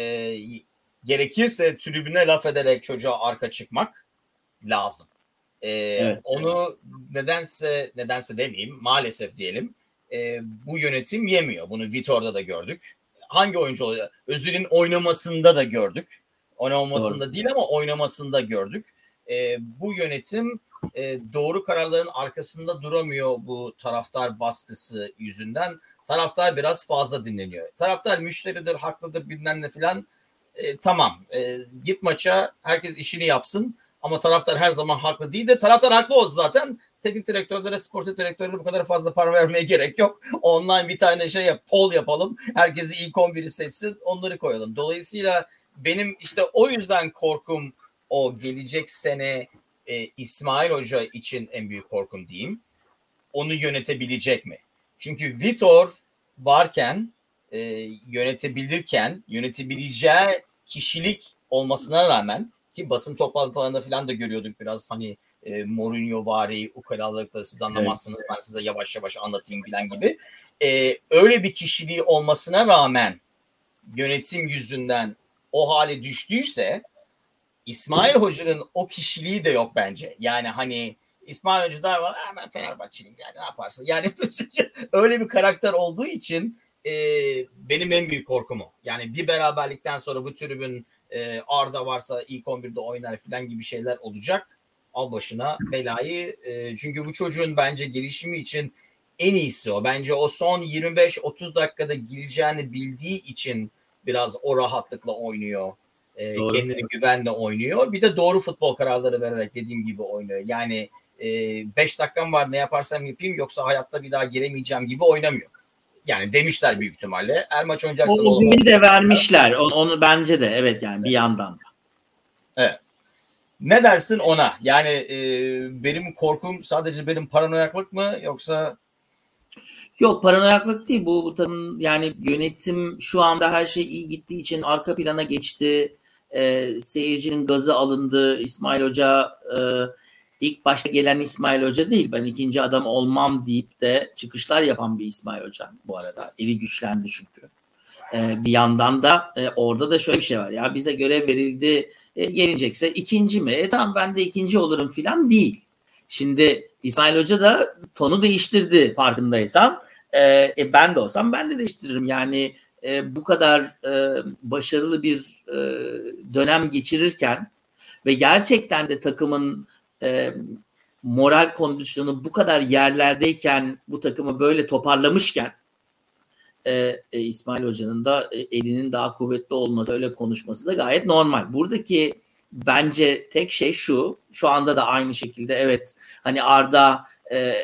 gerekirse tribüne laf ederek çocuğa arka çıkmak lazım. E, evet. Onu nedense nedense demeyeyim maalesef diyelim e, bu yönetim yemiyor. Bunu Vitor'da da gördük. Hangi oyuncu oluyor? Özil'in oynamasında da gördük. Oynamasında Doğru. değil ama oynamasında gördük. E, bu yönetim e, doğru kararların arkasında duramıyor bu taraftar baskısı yüzünden. Taraftar biraz fazla dinleniyor. Taraftar müşteridir, haklıdır bilmem ne filan. E, tamam e, git maça herkes işini yapsın ama taraftar her zaman haklı değil de taraftar haklı olsa zaten teknik direktörlere, sportif direktörlere bu kadar fazla para vermeye gerek yok. Online bir tane şey yap, poll yapalım. Herkesi ilk on biri seçsin, onları koyalım. Dolayısıyla benim işte o yüzden korkum o gelecek sene e, İsmail Hoca için en büyük korkum diyeyim. Onu yönetebilecek mi? Çünkü Vitor varken e, yönetebilirken yönetebileceği kişilik olmasına rağmen ki basın toplantılarında falan da görüyorduk biraz hani e, Mourinho vari ukalalıkla siz anlamazsınız evet. Ben size yavaş yavaş anlatayım falan gibi. E, öyle bir kişiliği olmasına rağmen yönetim yüzünden o hale düştüyse İsmail Hoca'nın o kişiliği de yok bence. Yani hani İsmail Hoca da var ben Fenerbahçeliyim yani ne yaparsın. Yani öyle bir karakter olduğu için e, benim en büyük korkum o. Yani bir beraberlikten sonra bu tribün e, Arda varsa ilk on birde oynar falan gibi şeyler olacak. Al başına belayı. E, çünkü bu çocuğun bence gelişimi için en iyisi o. Bence o son yirmi beş otuz dakikada gireceğini bildiği için biraz o rahatlıkla oynuyor. E, kendini güvenle oynuyor. Bir de doğru futbol kararları vererek dediğim gibi oynuyor. Yani beş e, dakikam var ne yaparsam yapayım yoksa hayatta bir daha giremeyeceğim gibi oynamıyor. Yani demişler büyük ihtimalle. Her maç oynayacaksın. O güveni de vermişler. Onu, onu bence de evet yani bir yandan da. Evet. Ne dersin ona? Yani e, benim korkum sadece benim paranoyaklık mı yoksa? Yok paranoyaklık değil bu yani yönetim şu anda her şey iyi gittiği için arka plana geçti. E, seyircinin gazı alındı. İsmail Hoca e, ilk başta gelen İsmail Hoca değil. Ben ikinci adam olmam deyip de çıkışlar yapan bir İsmail Hoca bu arada. Eli güçlendi çünkü. E, bir yandan da e, orada da şöyle bir şey var. Ya bize görev verildi e, gelecekse ikinci mi? E tamam ben de ikinci olurum filan değil. Şimdi İsmail Hoca da tonu değiştirdi farkındaysan. E, e, ben de olsam ben de değiştiririm. Yani e, bu kadar e, başarılı bir e, dönem geçirirken ve gerçekten de takımın e, moral kondisyonu bu kadar yerlerdeyken bu takımı böyle toparlamışken e, e, İsmail Hoca'nın da e, elinin daha kuvvetli olması öyle konuşması da gayet normal. Buradaki bence tek şey şu, şu anda da aynı şekilde evet hani Arda e,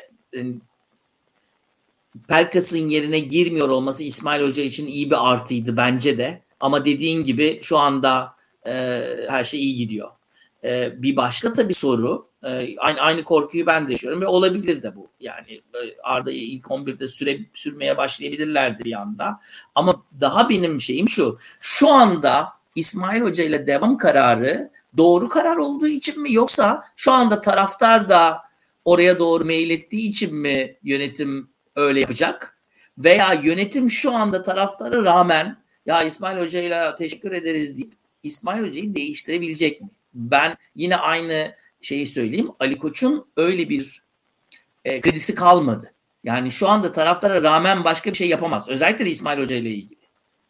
Pelkas'ın yerine girmiyor olması İsmail Hoca için iyi bir artıydı bence de. Ama dediğin gibi şu anda e, her şey iyi gidiyor. E, bir başka tabii soru, e, aynı aynı korkuyu ben de yaşıyorum ve olabilir de bu. Yani Arda'yı ilk on birde süre sürmeye başlayabilirlerdi bir anda. Ama daha benim şeyim şu, şu anda İsmail Hoca ile devam kararı doğru karar olduğu için mi yoksa şu anda taraftar da oraya doğru meylettiği için mi yönetim öyle yapacak? Veya yönetim şu anda taraftara rağmen ya İsmail Hoca'yla teşekkür ederiz deyip İsmail Hoca'yı değiştirebilecek mi? Ben yine aynı şeyi söyleyeyim. Ali Koç'un öyle bir e, kredisi kalmadı. Yani şu anda taraftara rağmen başka bir şey yapamaz. Özellikle de İsmail Hoca ile ilgili.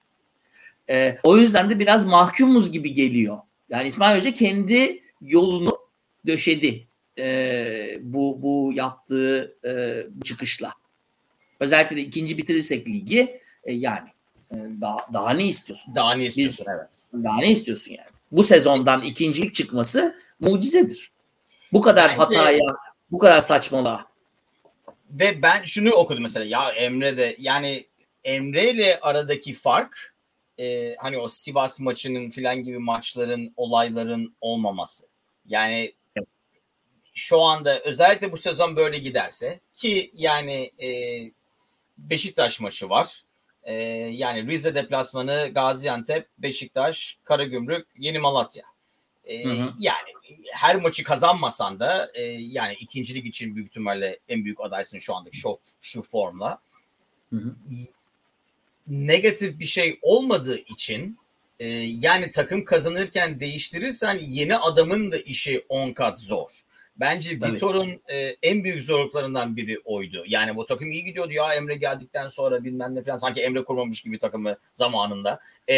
E, o yüzden de biraz mahkumuz gibi geliyor. Yani İsmail Hoca kendi yolunu döşedi e, bu bu yaptığı e, çıkışla. Özellikle de ikinci bitirirsek ligi e, yani e, daha, daha ne istiyorsun? Daha ne istiyorsun? Biz, evet. Daha ne istiyorsun yani? Bu sezondan ikincilik çıkması mucizedir. Bu kadar Bence, hataya, bu kadar saçmalığa. Ve ben şunu okudum mesela, ya Emre de, yani Emre ile aradaki fark e, hani o Sivas maçının filan gibi maçların, olayların olmaması. Yani evet. Şu anda özellikle bu sezon böyle giderse ki yani e, Beşiktaş maçı var. E, yani Rize deplasmanı, Gaziantep, Beşiktaş, Karagümrük, Yeni Malatya. E, Hı hı. Yani her maçı kazanmasan da e, yani ikincilik için büyük ihtimalle en büyük adaysın şu anda şu, şu formla. Hı hı. Negatif bir şey olmadığı için e, yani takım kazanırken değiştirirsen yeni adamın da işi on kat zor. Bence Vitor'un e, en büyük zorluklarından biri oydu. Yani bu takım iyi gidiyordu ya, Emre geldikten sonra bilmem ne falan, sanki Emre kurmamış gibi takımı zamanında. E,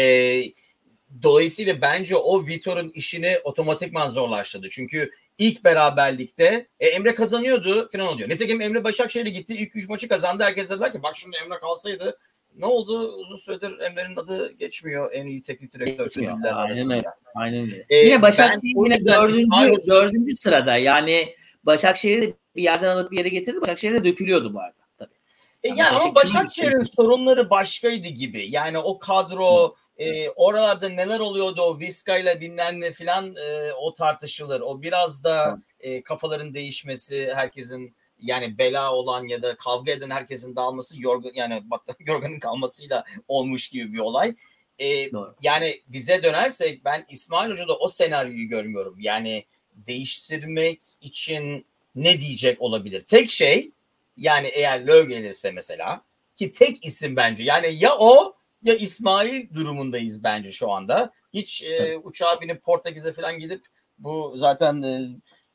dolayısıyla bence o Vitor'un işini otomatikman zorlaştırdı. Çünkü ilk beraberlikte e, Emre kazanıyordu falan oluyor. Nitekim Emre Başakşehir'e gitti. İlk üç maçı kazandı. Herkes dediler ki bak şimdi Emre kalsaydı ne oldu? Uzun süredir Emre'nin adı geçmiyor en iyi teknik direktör Geçmiyor. ödüller Aynen öyle. arasında. Aynen öyle. Ee, Yine ben Başakşehir o yine yüzden İsmail dördüncü, Hoca'nın dördüncü sırada. Yani Başakşehir'i de bir yerden alıp bir yere getirdi. Başakşehir de dökülüyordu bu arada. Tabii. E, Yani yani ama Başakşehir Başakşehir'in sorunları başkaydı gibi. Yani o kadro, e, oralarda neler oluyordu, o Vizca'yla bilmem ne filan, e, o tartışılır. O biraz da e, kafaların değişmesi, herkesin yani bela olan ya da kavga eden herkesin dağılması, yorgun, yani bak yorganın kalmasıyla olmuş gibi bir olay. E, Doğru. Yani bize dönersek ben İsmail Hoca'da o senaryoyu görmüyorum. Yani değiştirmek için ne diyecek olabilir? Tek şey, yani eğer Löw gelirse mesela, ki tek isim bence, yani ya o ya İsmail durumundayız bence şu anda. Hiç e, uçağa binip Portekiz'e falan gidip bu zaten e,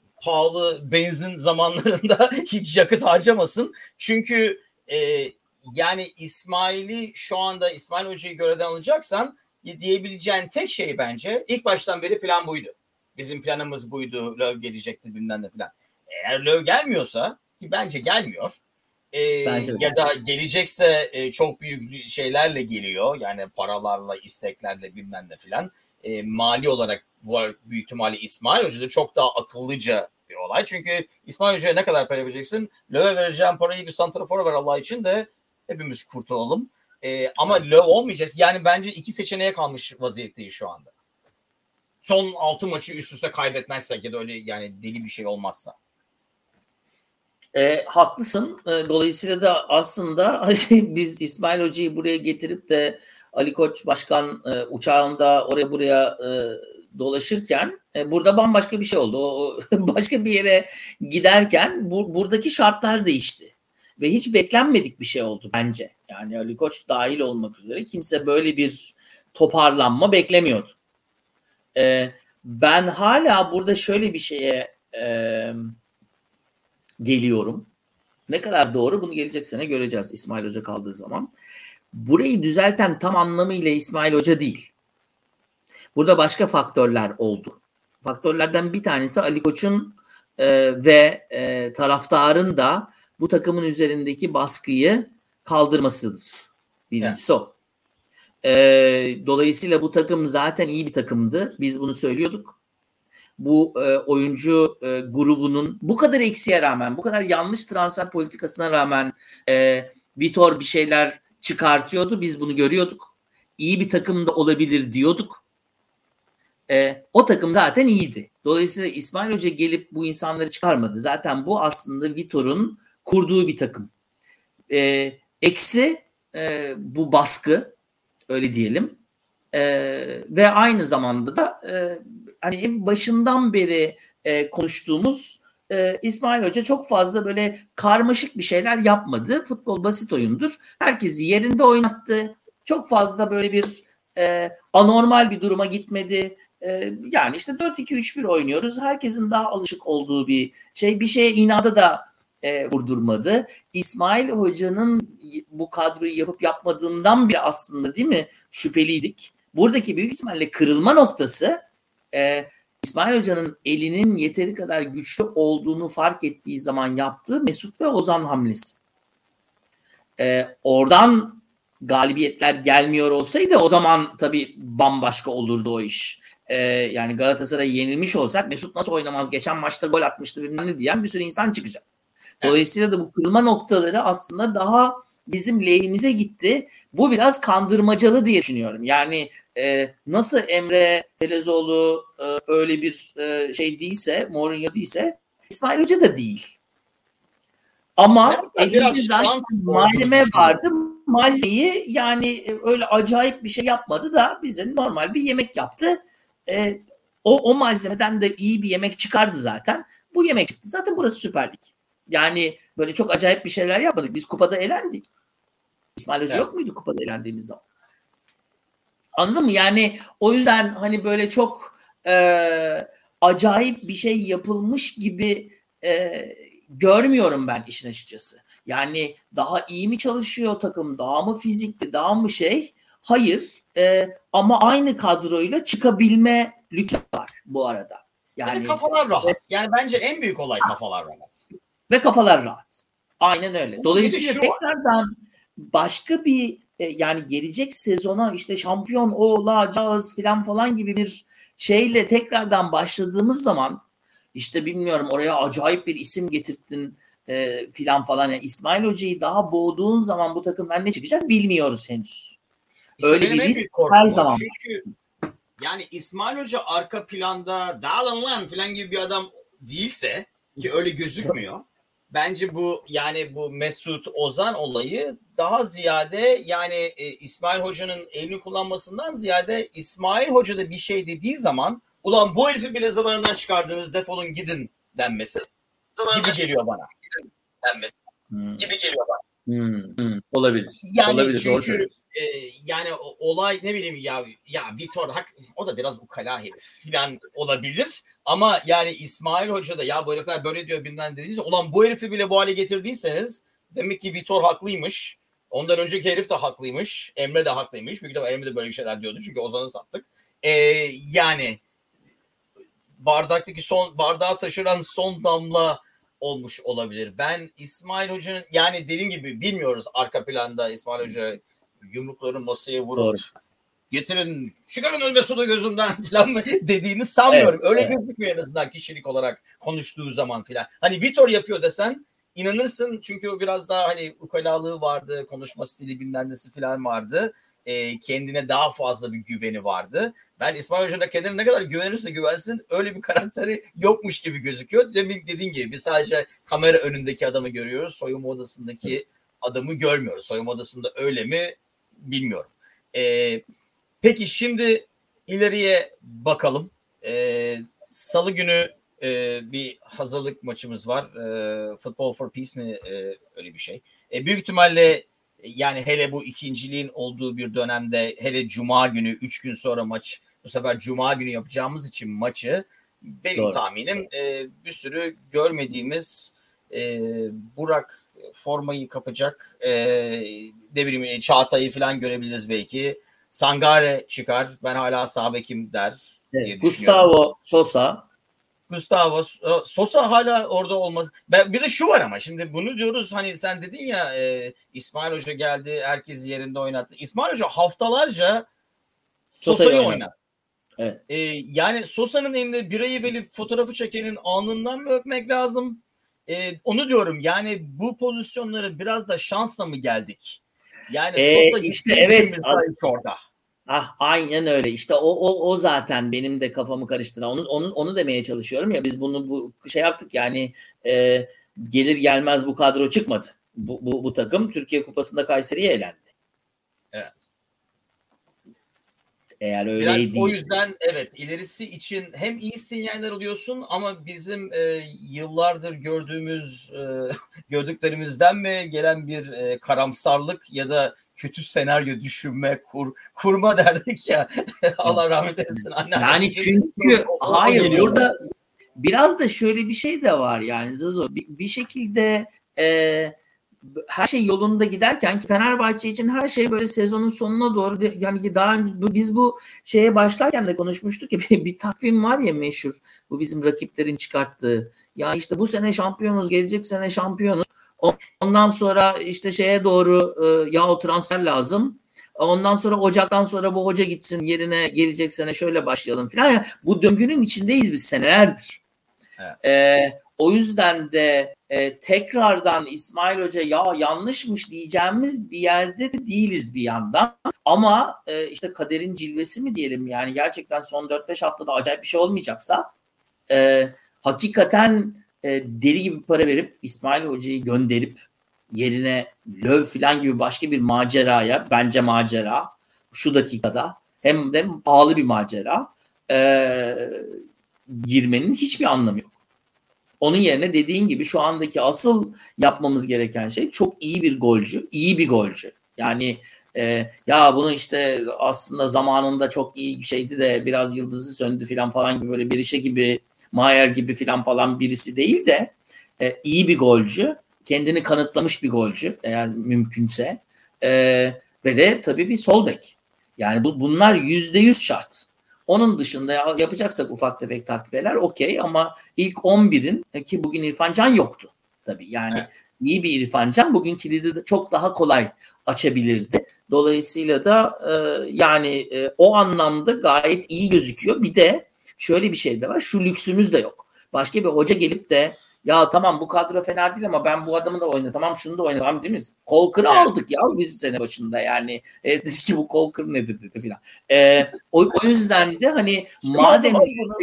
pahalı benzin zamanlarında hiç yakıt harcamasın. Çünkü e, yani İsmail'i şu anda İsmail Hoca'yı görevden alacaksan diyebileceğin tek şey bence ilk baştan beri plan buydu. Bizim planımız buydu. Löw gelecekti bilmem ne falan. Eğer Löw gelmiyorsa, ki bence gelmiyor, e, Bence de. ya da gelecekse e, çok büyük şeylerle geliyor. Yani paralarla, isteklerle bilmem ne filan. E, mali olarak bu büyük ihtimalle İsmail Hoca'da çok daha akıllıca bir olay. Çünkü İsmail Hoca'ya ne kadar para vereceksin? Löw'e vereceğim parayı bir santrafor ver Allah için de hepimiz kurtulalım. E, ama evet. Löw olmayacak. Yani bence iki seçeneğe kalmış vaziyetteyiz şu anda. Son altı maçı üst üste kaybetmezsek ya da öyle yani deli bir şey olmazsa. E, haklısın. E, dolayısıyla da aslında biz İsmail Hoca'yı buraya getirip de Ali Koç Başkan e, uçağında oraya buraya e, dolaşırken e, burada bambaşka bir şey oldu. O, başka bir yere giderken bu, buradaki şartlar değişti. Ve hiç beklenmedik bir şey oldu bence. Yani Ali Koç dahil olmak üzere kimse böyle bir toparlanma beklemiyordu. E, ben hala burada şöyle bir şeye e, geliyorum. Ne kadar doğru bunu gelecek sene göreceğiz İsmail Hoca kaldığı zaman. Burayı düzelten tam anlamıyla İsmail Hoca değil. Burada başka faktörler oldu. Faktörlerden bir tanesi Ali Koç'un e, ve e, taraftarın da bu takımın üzerindeki baskıyı kaldırmasıdır. Birincisi evet. o. E, dolayısıyla bu takım zaten iyi bir takımdı. Biz bunu söylüyorduk. Bu e, oyuncu e, grubunun bu kadar eksiğe rağmen, bu kadar yanlış transfer politikasına rağmen e, Vitor bir şeyler çıkartıyordu. Biz bunu görüyorduk. İyi bir takım da olabilir diyorduk. E, o takım zaten iyiydi. Dolayısıyla İsmail Hoca gelip bu insanları çıkarmadı. Zaten bu aslında Vitor'un kurduğu bir takım. E, eksi e, bu baskı, öyle diyelim. E, ve aynı zamanda da e, hani başından beri e, konuştuğumuz e, İsmail Hoca çok fazla böyle karmaşık bir şeyler yapmadı. Futbol basit oyundur. Herkesi yerinde oynattı. Çok fazla böyle bir e, anormal bir duruma gitmedi. e, yani işte dört iki üç bir oynuyoruz. Herkesin daha alışık olduğu bir şey. Bir şeye inada da e, vurdurmadı. İsmail Hoca'nın bu kadroyu yapıp yapmadığından bile aslında değil mi şüpheliydik. Buradaki büyük ihtimalle kırılma noktası e, İsmail Hoca'nın elinin yeteri kadar güçlü olduğunu fark ettiği zaman yaptığı Mesut ve Ozan hamlesi. E, oradan galibiyetler gelmiyor olsaydı o zaman tabii bambaşka olurdu o iş. Ee, yani Galatasaray yenilmiş olsak Mesut nasıl oynamaz, geçen maçta gol atmıştı bilmem ne diyen bir sürü insan çıkacak. Dolayısıyla da bu kırılma noktaları aslında daha bizim lehimize gitti. Bu biraz kandırmacalı diye düşünüyorum. Yani e, nasıl Emre Belezoğlu e, öyle bir e, şey değilse, Mourinho değilse İsmail Hoca da değil. Ama elinde zaten malzeme vardı. Malzemeyi yani öyle acayip bir şey yapmadı da bize normal bir yemek yaptı. E, o, o malzemeden de iyi bir yemek çıkardı zaten. Bu yemek çıktı. Zaten burası Süper Lig. Yani böyle çok acayip bir şeyler yapmadık. Biz kupada elendik. İsmail Hoca evet. Yok muydu kupada elendiğimiz zaman? Anladın mı? Yani o yüzden hani böyle çok e, acayip bir şey yapılmış gibi e, görmüyorum ben işin açıkçası. Yani daha iyi mi çalışıyor takım? Daha mı fizikli? Daha mı şey? Hayır. E, ama aynı kadroyla çıkabilme lüksü var bu arada. Yani kafalar rahat. Ve, yani bence en büyük olay kafalar rahat. Ve kafalar rahat. Aynen öyle. Dolayısıyla tekrardan başka bir e, yani gelecek sezona işte şampiyon olacağız falan falan gibi bir şeyle tekrardan başladığımız zaman işte bilmiyorum oraya acayip bir isim getirttin e, filan falan. Yani İsmail Hoca'yı daha boğduğun zaman bu takımdan ne çıkacak bilmiyoruz henüz. İşte öyle bir risk her zaman. Çünkü yani İsmail Hoca arka planda dağılın lan falan gibi bir adam değilse ki öyle gözükmüyor. Bence bu yani bu Mesut Ozan olayı daha ziyade yani e, İsmail Hoca'nın elini kullanmasından ziyade İsmail Hoca da bir şey dediği zaman ulan bu herifi bile zamanından çıkardınız defolun gidin denmesi gibi geliyor bana. Denmesi hmm. gibi geliyor bana. Hmm, hmm. Olabilir. Yani Olabilir, çünkü e, yani olay ne bileyim ya ya Vitor hak o da biraz ukala herif falan olabilir ama yani İsmail Hoca da ya bu herifler böyle diyor bilmem dediyse ulan bu herifi bile bu hale getirdiyseniz demek ki Vitor haklıymış. Ondan önceki herif de haklıymış. Emre de haklıymış. Büyük ihtimalle Emre de böyle bir şeyler diyordu çünkü Ozan'ı sattık. E, yani bardaktaki son bardağı taşıran son damla olmuş olabilir. Ben İsmail Hoca'nın yani dediğim gibi bilmiyoruz arka planda İsmail Hoca yumrukları masaya vurup Doğru. getirin çıkarın önüme suda gözümden falan mı dediğini sanmıyorum. Evet, Öyle evet. gözükmüyor en azından kişilik olarak konuştuğu zaman falan. Hani Vitor yapıyor desen inanırsın çünkü o biraz daha hani ukalalığı vardı, konuşma stili bilmem nesi falan vardı. E, kendine daha fazla bir güveni vardı. Ben İsmail Hoca'da kendine ne kadar güvenirse güvensin öyle bir karakteri yokmuş gibi gözüküyor. Demin dediğin gibi biz sadece kamera önündeki adamı görüyoruz. Soyunma odasındaki adamı görmüyoruz. Soyunma odasında öyle mi bilmiyorum. E, peki şimdi ileriye bakalım. E, Salı günü e, bir hazırlık maçımız var. E, Football for Peace mi e, öyle bir şey. E, büyük ihtimalle yani hele bu ikinciliğin olduğu bir dönemde hele Cuma günü üç gün sonra maç bu sefer Cuma günü yapacağımız için maçı benim Doğru. tahminim e, bir sürü görmediğimiz e, Burak formayı kapacak e, ne bileyim Çağatay'ı falan görebiliriz belki. Sangare çıkar. Ben hala sağ bekim der evet, diye Gustavo Sosa. Gustavo Sosa hala orada olmaz. Ben, bir de şu var ama şimdi bunu diyoruz hani sen dedin ya e, İsmail Hoca geldi herkes yerinde oynattı. İsmail Hoca haftalarca Sosa'yı oynattı. oynattı. Evet. E, yani Sosa'nın elinde birayı verip fotoğrafı çekenin alnından mı öpmek lazım? E, onu diyorum yani bu pozisyonları biraz da şansla mı geldik? Yani ee, Sosa işte evet orada. Ah aynen öyle. İşte o o o zaten benim de kafamı karıştıran. Onu onu onu demeye çalışıyorum ya biz bunu bu şey yaptık yani e, gelir gelmez bu kadro çıkmadı. Bu bu bu takım Türkiye Kupası'nda Kayseri'ye elendi. Evet. eğer Biraz öyleydi. o yüzden evet, ilerisi için hem iyi sinyaller alıyorsun ama bizim e, yıllardır gördüğümüz e, gördüklerimizden mi gelen bir e, karamsarlık ya da kötü senaryo düşünme, kur, kurma derdik ya. Allah rahmet eylesin Yani anneannemizin. çünkü O, o, o hayır geliyor. burada biraz da şöyle bir şey de var yani Zazo. Bir, bir şekilde e, her şey yolunda giderken ki Fenerbahçe için her şey böyle sezonun sonuna doğru de- yani daha biz bu şeye başlarken de konuşmuştuk ya bir, bir takvim var ya meşhur bu bizim rakiplerin çıkarttığı ya işte bu sene şampiyonuz gelecek sene şampiyonuz ondan sonra işte şeye doğru e, ya o transfer lazım ondan sonra Ocak'tan sonra bu hoca gitsin yerine gelecek sene şöyle başlayalım falan ya bu döngünün içindeyiz biz senelerdir. Evet. Ee, o yüzden de e, tekrardan İsmail Hoca ya yanlışmış diyeceğimiz bir yerde de değiliz bir yandan. Ama e, işte kaderin cilvesi mi diyelim yani gerçekten son dört beş haftada acayip bir şey olmayacaksa e, hakikaten e, deli gibi para verip İsmail Hoca'yı gönderip yerine Löw falan gibi başka bir maceraya bence macera şu dakikada hem de pahalı bir macera e, girmenin hiçbir anlamı yok. Onun yerine dediğin gibi şu andaki asıl yapmamız gereken şey çok iyi bir golcü, iyi bir golcü. Yani e, ya bunu işte aslında zamanında çok iyi bir şeydi de biraz yıldızı söndü falan falan gibi böyle bir işe gibi Mayer gibi falan falan birisi değil de e, iyi bir golcü, kendini kanıtlamış bir golcü eğer mümkünse e, ve de tabii bir sol bek. Yani bu, bunlar yüzde yüz şart. Onun dışında yapacaksak ufak tefek takviyeler okey ama ilk on birin ki bugün İrfan Can yoktu tabii. Yani Evet. iyi bir İrfan Can bugün kilidi de çok daha kolay açabilirdi. Dolayısıyla da e, yani e, o anlamda gayet iyi gözüküyor. Bir de şöyle bir şey de var. Şu lüksümüz de yok. Başka bir hoca gelip de ya tamam bu kadro fena değil ama ben bu adamı da oynatamam şunu da oynatamam değil mi? Kolkır'ı Evet. aldık ya biz sene başında yani. E, dedi ki bu Kolkır nedir dedi filan. E, o, o yüzden de hani Kim aldı madem lan bunu?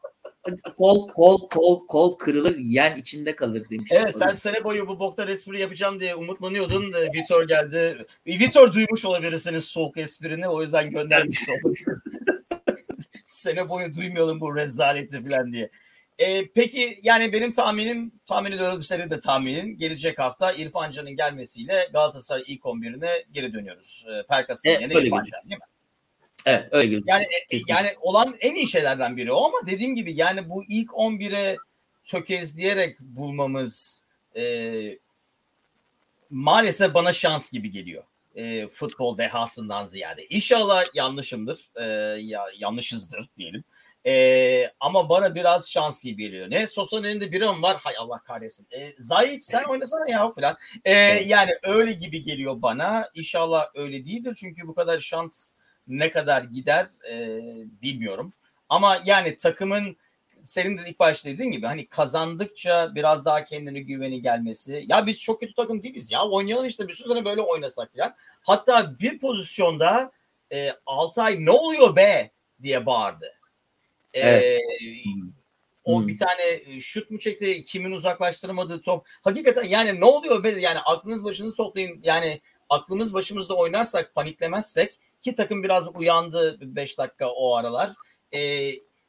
kol kol kol kol kırılır yen içinde kalır demiştik. Evet, sen sene boyu bu boktan espri yapacağım diye umutlanıyordun. Ee, Vitor geldi. Vitor duymuş olabilirsiniz soğuk esprini. O yüzden göndermiş olabilir. Sene boyu duymayalım bu rezaleti falan diye. Ee, peki yani benim tahminim, tahmin ediyorum senin de tahminin. Gelecek hafta İrfan Can'ın gelmesiyle Galatasaray ilk on birine geri dönüyoruz. Ee, Pelkas'ın Evet, yerine öyle İrfan gözüküyor. Can değil mi? Evet, öyle Yani gözüküyor. e, Kesinlikle. yani olan en iyi şeylerden biri o ama dediğim gibi yani bu ilk on bire tökezleyerek bulmamız e, maalesef bana şans gibi geliyor. E, futbol dehasından ziyade. İnşallah yanlışımdır. E, ya yanlışızdır diyelim. E, ama bana biraz şans gibi geliyor. Ne? Sosa'nın elinde biri mi var? Hay Allah kahretsin. E, Zahit sen oynasana ya falan. E, Evet. yani öyle gibi geliyor bana. İnşallah öyle değildir. Çünkü bu kadar şans ne kadar gider e, bilmiyorum. Ama yani takımın senin de ilk başta dediğin gibi hani kazandıkça biraz daha kendine güveni gelmesi. Ya biz çok kötü takım değiliz ya. Oynayalım işte bir sene böyle oynasak falan. Hatta bir pozisyonda e, Altay ne oluyor be diye bağırdı. Evet. E, Hmm. o bir Hmm. tane şut mu çekti? Kimin uzaklaştıramadığı top. Hakikaten yani ne oluyor be? Yani aklınız başınızı toplayın. Yani aklımız başımızda oynarsak, paniklemezsek ki takım biraz uyandı beş dakika o aralar. E,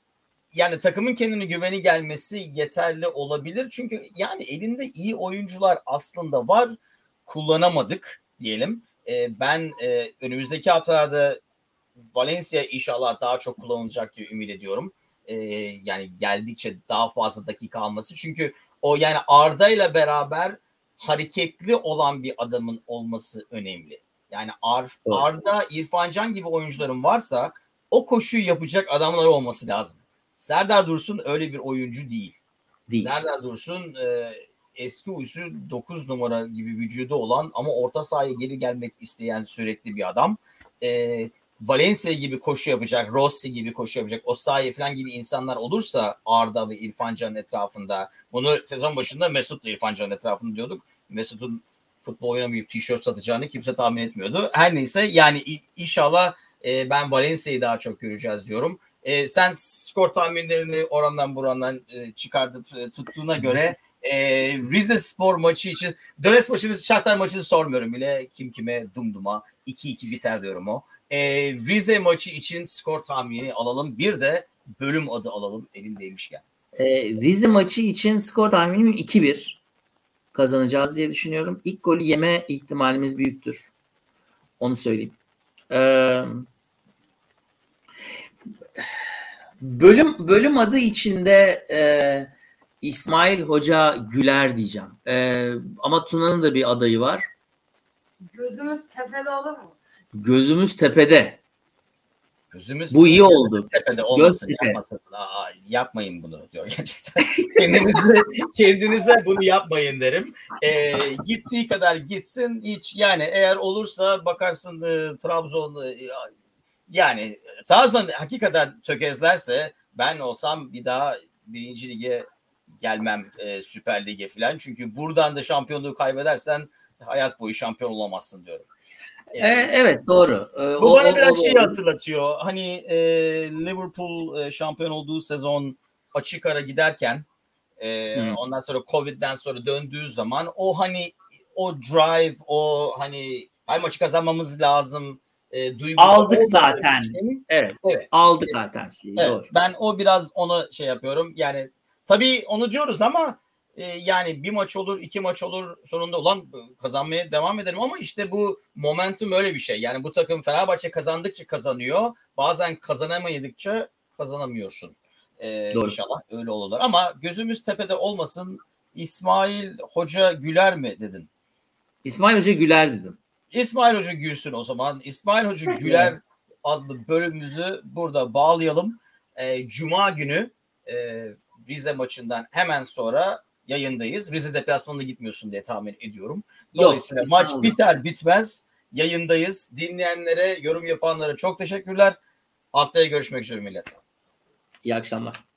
yani takımın kendine güveni gelmesi yeterli olabilir. Çünkü yani elinde iyi oyuncular aslında var. Kullanamadık diyelim. E, ben e, önümüzdeki haftalarda Valencia inşallah daha çok kullanılacak diye ümit ediyorum. E, yani geldikçe daha fazla dakika alması. Çünkü o yani Arda ile beraber hareketli olan bir adamın olması önemli. Yani Ar Doğru. Arda, İrfan Can gibi oyuncuların varsa o koşuyu yapacak adamlar olması lazım. Serdar Dursun öyle bir oyuncu değil. Değil. Serdar Dursun e, eski usul dokuz numara gibi vücudu olan ama orta sahaya geri gelmek isteyen sürekli bir adam. E, Valencia gibi koşu yapacak, Rossi gibi koşu yapacak, Osayi falan gibi insanlar olursa Arda ve İrfan Can'ın etrafında, bunu sezon başında Mesut'la İrfan Can'ın etrafında diyorduk. Mesut'un futbol oynamayıp tişört satacağını kimse tahmin etmiyordu. Her neyse yani inşallah e, ben Valencia'yı daha çok göreceğiz diyorum. E, sen skor tahminlerini orandan burandan e, çıkartıp e, tuttuğuna göre e, Rize Spor maçı için Dönes maçını, Şahtar maçını sormuyorum bile. Kim kime dumduma iki iki biter diyorum o. E, Rize maçı için skor tahmini alalım. Bir de bölüm adı alalım elindeymişken. E, Rize maçı için skor tahminim iki bir kazanacağız diye düşünüyorum. İlk golü yeme ihtimalimiz büyüktür. Onu söyleyeyim. Ee, bölüm bölüm adı içinde e, İsmail Hoca Güler diyeceğim. E, ama Tuna'nın da bir adayı var. Gözümüz tepede olur mu? Gözümüz tepede. Gözümüz Bu iyi oldu. tepede olmasın. Göz tepe. Yapmasın. Aa, yapmayın bunu diyor gerçekten. kendinize, kendinize bunu yapmayın derim. E, gittiği kadar gitsin. Hiç yani eğer olursa bakarsın e, Trabzon e, yani Trabzon hakikaten tökezlerse ben olsam bir daha birinci lige gelmem e, Süper Lig'e falan. Çünkü buradan da şampiyonluğu kaybedersen hayat boyu şampiyon olamazsın diyorum. E, evet doğru. E, Bu o, bana o, biraz o, şeyi o. hatırlatıyor. Hani e, Liverpool e, şampiyon olduğu sezon açık ara giderken e, Hmm. ondan sonra Covid'den sonra döndüğü zaman o hani o drive, o hani her maçı kazanmamız lazım e, duygusu Aldık olmadığı zaten. için- Evet. Evet. Aldık zaten şeyi. Evet, Doğru. ben o biraz ona şey yapıyorum. Yani tabii onu diyoruz ama e, yani bir maç olur, iki maç olur sonunda olan kazanmaya devam edelim ama işte bu momentum öyle bir şey. Yani bu takım Fenerbahçe kazandıkça kazanıyor. Bazen kazanamadıkça kazanamıyorsun. E, Doğru. İnşallah öyle olur. Ama gözümüz tepede olmasın. İsmail Hoca Güler mi dedin? İsmail Hoca Güler dedim. İsmail Hoca gülsün o zaman. İsmail Hoca Güler adlı bölümümüzü burada bağlayalım. E, Cuma günü e, Rize maçından hemen sonra yayındayız. Rize deplasmanına gitmiyorsun diye tahmin ediyorum. Dolayısıyla Yok, maç İstanbul'da. biter bitmez yayındayız. Dinleyenlere, yorum yapanlara çok teşekkürler. Haftaya görüşmek üzere millet. İyi akşamlar.